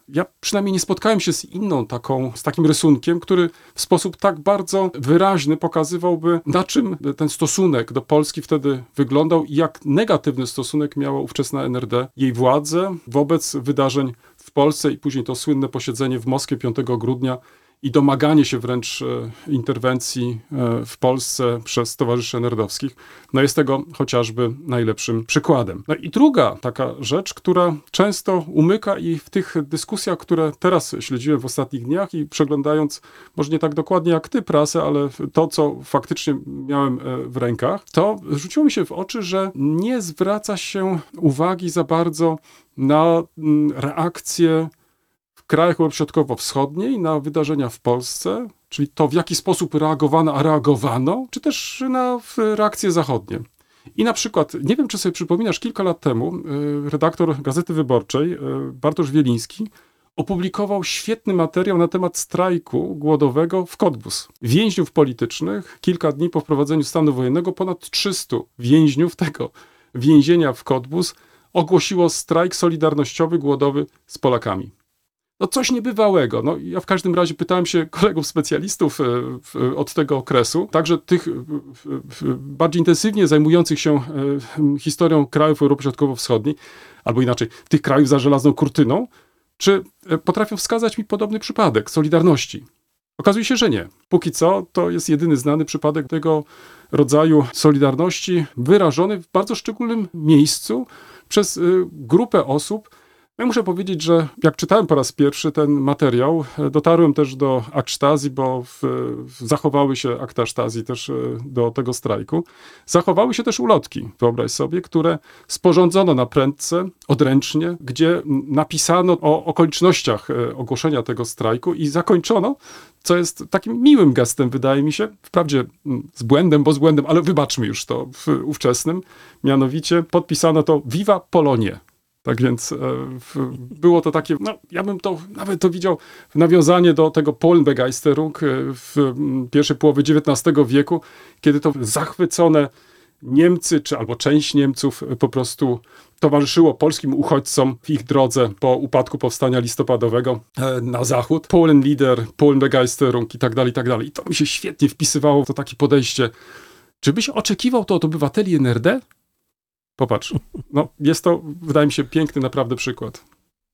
Ja przynajmniej nie spotkałem się z inną taką, z takim rysunkiem, który w sposób tak bardzo wyraźny pokazywałby, na czym ten stosunek do Polski wtedy wyglądał i jak negatywny stosunek miała ówczesna N R D, jej władze wobec wydarzeń w Polsce i później to słynne posiedzenie w Moskwie piątego grudnia i domaganie się wręcz e, interwencji e, w Polsce przez towarzyszy enerdowskich, no jest tego chociażby najlepszym przykładem. No i druga taka rzecz, która często umyka i w tych dyskusjach, które teraz śledziłem w ostatnich dniach i przeglądając, może nie tak dokładnie jak ty prasę, ale to, co faktycznie miałem e, w rękach, to rzuciło mi się w oczy, że nie zwraca się uwagi za bardzo na mm, reakcje w krajach Europy Środkowo-Wschodniej na wydarzenia w Polsce, czyli to, w jaki sposób reagowano, a reagowano, czy też na reakcje zachodnie. I na przykład, nie wiem, czy sobie przypominasz, kilka lat temu y, redaktor Gazety Wyborczej, y, Bartosz Wieliński, opublikował świetny materiał na temat strajku głodowego w Cottbus. Więźniów politycznych, kilka dni po wprowadzeniu stanu wojennego, ponad trzystu więźniów tego więzienia w Cottbus ogłosiło strajk solidarnościowy, głodowy z Polakami. No coś niebywałego. No, ja w każdym razie pytałem się kolegów specjalistów e, w, od tego okresu, także tych e, w, bardziej intensywnie zajmujących się e, historią krajów Europy Środkowo-Wschodniej, albo inaczej, tych krajów za żelazną kurtyną, czy e, potrafią wskazać mi podobny przypadek Solidarności. Okazuje się, że nie. Póki co to jest jedyny znany przypadek tego rodzaju solidarności wyrażony w bardzo szczególnym miejscu przez e, grupę osób. Ja muszę powiedzieć, że jak czytałem po raz pierwszy ten materiał, dotarłem też do akt Stasi, bo w, w zachowały się akta Stasi też do tego strajku. Zachowały się też ulotki, wyobraź sobie, które sporządzono na prędce, odręcznie, gdzie napisano o okolicznościach ogłoszenia tego strajku i zakończono, co jest takim miłym gestem, wydaje mi się, wprawdzie z błędem, bo z błędem, ale wybaczmy już to w ufczesnym, mianowicie podpisano to Viva Polonie. Tak więc e, w, było to takie, no ja bym to nawet to widział w nawiązanie do tego Polenbegeisterung w m, pierwszej połowie dziewiętnastego wieku, kiedy to zachwycone Niemcy, czy albo część Niemców po prostu towarzyszyło polskim uchodźcom w ich drodze po upadku powstania listopadowego e, na zachód. Polenlieder, Polenbegeisterung i tak dalej, i tak dalej. I to mi się świetnie wpisywało w to takie podejście. Czy byś oczekiwał to od obywateli N R D? Popatrz, no jest to, wydaje mi się, piękny naprawdę przykład.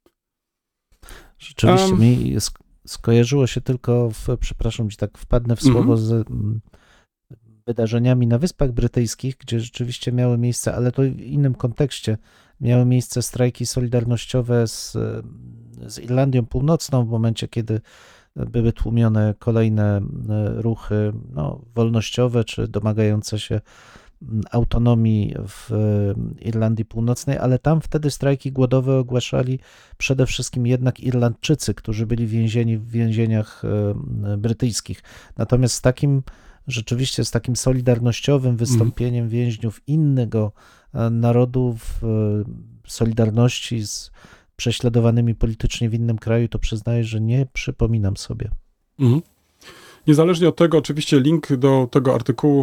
Rzeczywiście Um, mi sk- skojarzyło się tylko, w, przepraszam, ci tak wpadnę w słowo, mm-hmm. z m, wydarzeniami na Wyspach Brytyjskich, gdzie rzeczywiście miały miejsce, ale to w innym kontekście, miały miejsce strajki solidarnościowe z, z Irlandią Północną w momencie, kiedy były tłumione kolejne ruchy no, wolnościowe, czy domagające się autonomii w Irlandii Północnej, ale tam wtedy strajki głodowe ogłaszali przede wszystkim jednak Irlandczycy, którzy byli więzieni w więzieniach brytyjskich. Natomiast z takim, rzeczywiście z takim solidarnościowym wystąpieniem mm. więźniów innego narodu w solidarności z prześladowanymi politycznie w innym kraju, to przyznaję, że nie przypominam sobie. Mm. Niezależnie od tego, oczywiście link do tego artykułu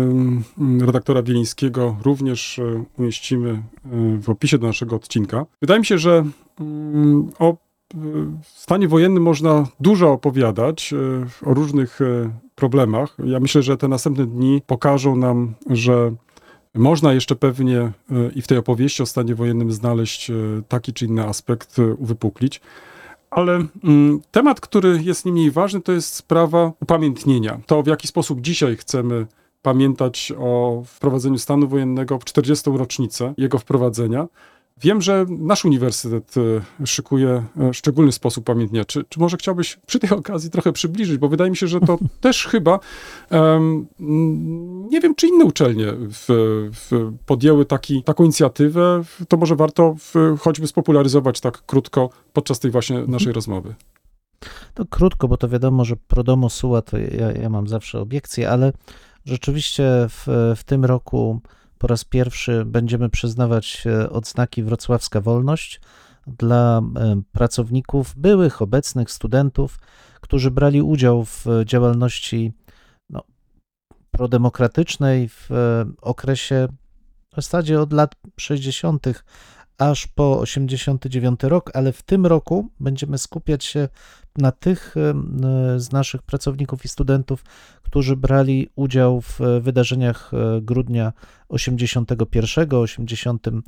y, redaktora Wielińskiego również y, umieścimy y, w opisie do naszego odcinka. Wydaje mi się, że y, o y, stanie wojennym można dużo opowiadać, y, o różnych y, problemach. Ja myślę, że te następne dni pokażą nam, że można jeszcze pewnie y, i w tej opowieści o stanie wojennym znaleźć y, taki czy inny aspekt, y, uwypuklić. Ale mm, temat, który jest nie mniej ważny, to jest sprawa upamiętnienia. To, w jaki sposób dzisiaj chcemy pamiętać o wprowadzeniu stanu wojennego w czterdziestą rocznicę jego wprowadzenia. Wiem, że nasz uniwersytet szykuje szczególny sposób pamiętnia. Czy, czy może chciałbyś przy tej okazji trochę przybliżyć, bo wydaje mi się, że to też chyba, um, nie wiem, czy inne uczelnie w, w podjęły taki, taką inicjatywę, to może warto w, choćby spopularyzować tak krótko podczas tej właśnie naszej rozmowy. To krótko, bo to wiadomo, że pro domo sua to ja, ja mam zawsze obiekcje, ale rzeczywiście w, w tym roku po raz pierwszy będziemy przyznawać odznaki Wrocławska Wolność dla pracowników, byłych, obecnych studentów, którzy brali udział w działalności no, prodemokratycznej w okresie w zasadzie od lat sześćdziesiątych aż po osiemdziesiąty dziewiąty rok, ale w tym roku będziemy skupiać się na tych z naszych pracowników i studentów, którzy brali udział w wydarzeniach grudnia osiemdziesiątego pierwszego, osiemdziesiątym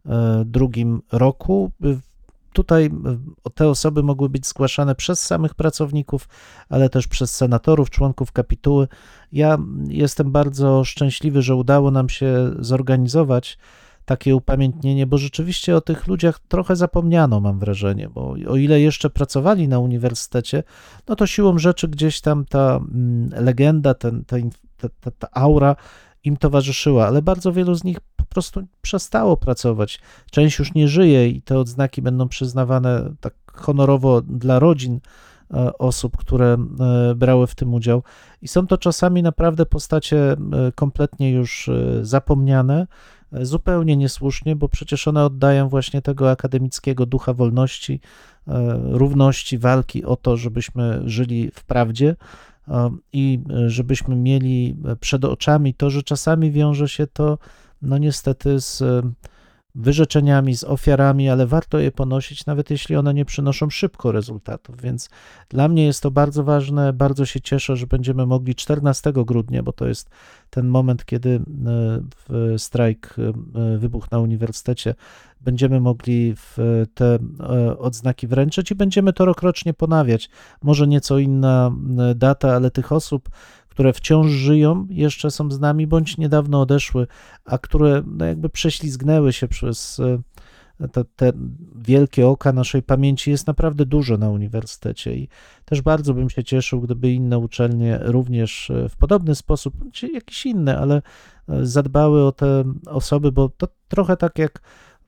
drugim roku. Tutaj te osoby mogły być zgłaszane przez samych pracowników, ale też przez senatorów, członków kapituły. Ja jestem bardzo szczęśliwy, że udało nam się zorganizować takie upamiętnienie, bo rzeczywiście o tych ludziach trochę zapomniano, mam wrażenie, bo o ile jeszcze pracowali na uniwersytecie, no to siłą rzeczy gdzieś tam ta legenda, ten, ta, ta, ta aura im towarzyszyła, ale bardzo wielu z nich po prostu przestało pracować. Część już nie żyje i te odznaki będą przyznawane tak honorowo dla rodzin osób, które brały w tym udział. I są to czasami naprawdę postacie kompletnie już zapomniane, zupełnie niesłusznie, bo przecież one oddają właśnie tego akademickiego ducha wolności, równości, walki o to, żebyśmy żyli w prawdzie i żebyśmy mieli przed oczami to, że czasami wiąże się to, no niestety, z wyrzeczeniami, z ofiarami, ale warto je ponosić, nawet jeśli one nie przynoszą szybko rezultatów, więc dla mnie jest to bardzo ważne, bardzo się cieszę, że będziemy mogli czternastego grudnia, bo to jest ten moment, kiedy strajk wybuchł na uniwersytecie, będziemy mogli w te odznaki wręczyć i będziemy to rokrocznie ponawiać. Może nieco inna data, ale tych osób, które wciąż żyją, jeszcze są z nami, bądź niedawno odeszły, a które no jakby prześlizgnęły się przez te, te wielkie oka naszej pamięci, jest naprawdę dużo na uniwersytecie i też bardzo bym się cieszył, gdyby inne uczelnie również w podobny sposób, czy jakiś inny, ale zadbały o te osoby, bo to trochę tak jak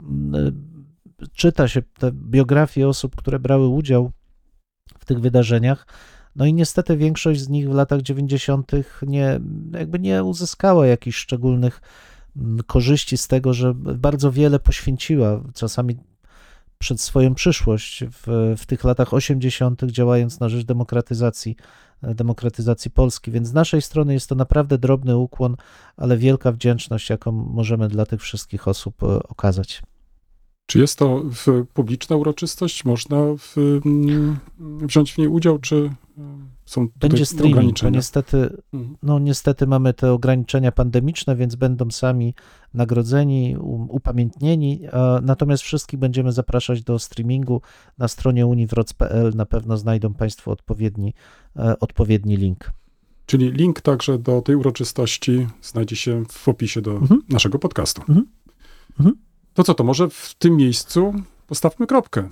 czyta się te biografie osób, które brały udział w tych wydarzeniach. No i niestety większość z nich w latach dziewięćdziesiątych nie, jakby nie uzyskała jakichś szczególnych korzyści z tego, że bardzo wiele poświęciła, czasami przed swoją przyszłość w, w tych latach osiemdziesiątych, działając na rzecz demokratyzacji, demokratyzacji Polski. Więc z naszej strony jest to naprawdę drobny ukłon, ale wielka wdzięczność, jaką możemy dla tych wszystkich osób okazać. Czy jest to w publiczna uroczystość? Można w, m, wziąć w niej udział, czy są tutaj Będzie streaming, ograniczenia? bo niestety, no niestety mamy te ograniczenia pandemiczne, więc będą sami nagrodzeni, upamiętnieni, a natomiast wszystkich będziemy zapraszać do streamingu na stronie uniwroc kropka p l. Na pewno znajdą Państwo odpowiedni, odpowiedni link. Czyli link także do tej uroczystości znajdzie się w opisie do Mhm. naszego podcastu. Mhm. Mhm. To co, to może w tym miejscu postawmy kropkę.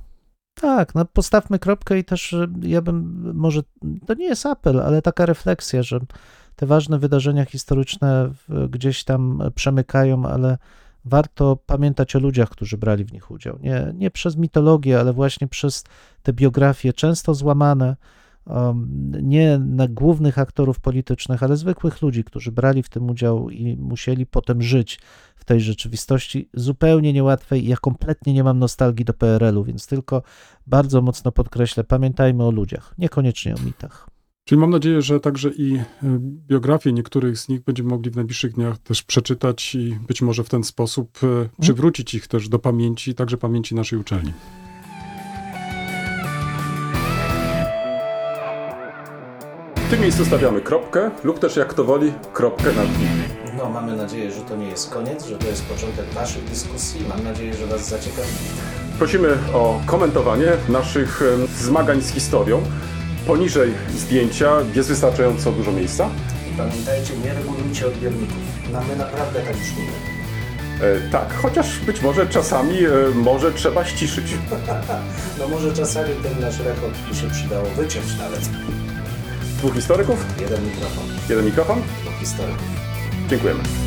Tak, no postawmy kropkę i też ja bym, może to nie jest apel, ale taka refleksja, że te ważne wydarzenia historyczne gdzieś tam przemykają, ale warto pamiętać o ludziach, którzy brali w nich udział. Nie, nie przez mitologię, ale właśnie przez te biografie, często złamane, um, nie na głównych aktorów politycznych, ale zwykłych ludzi, którzy brali w tym udział i musieli potem żyć w tej rzeczywistości zupełnie niełatwej. Ja kompletnie nie mam nostalgii do P R L u, więc tylko bardzo mocno podkreślę, pamiętajmy o ludziach, niekoniecznie o mitach. Czyli mam nadzieję, że także i biografie niektórych z nich będziemy mogli w najbliższych dniach też przeczytać i być może w ten sposób hmm. przywrócić ich też do pamięci, także pamięci naszej uczelni. W tym miejscu stawiamy kropkę lub też, jak kto woli, kropkę nad i. No, mamy nadzieję, że to nie jest koniec, że to jest początek naszych dyskusji. Mam nadzieję, że Was zaciekawi. Prosimy o komentowanie naszych em, zmagań z historią. Poniżej zdjęcia jest wystarczająco dużo miejsca. I pamiętajcie, nie regulujcie odbiorników. No, my naprawdę tak brzmimy. E, tak, chociaż być może czasami e, może trzeba ściszyć. No może czasami ten nasz rekord by się przydało wyciąć nawet. Dwóch historyków, Jeden mikrofon, jeden mikrofon. dwóch historyków. Dziękujemy.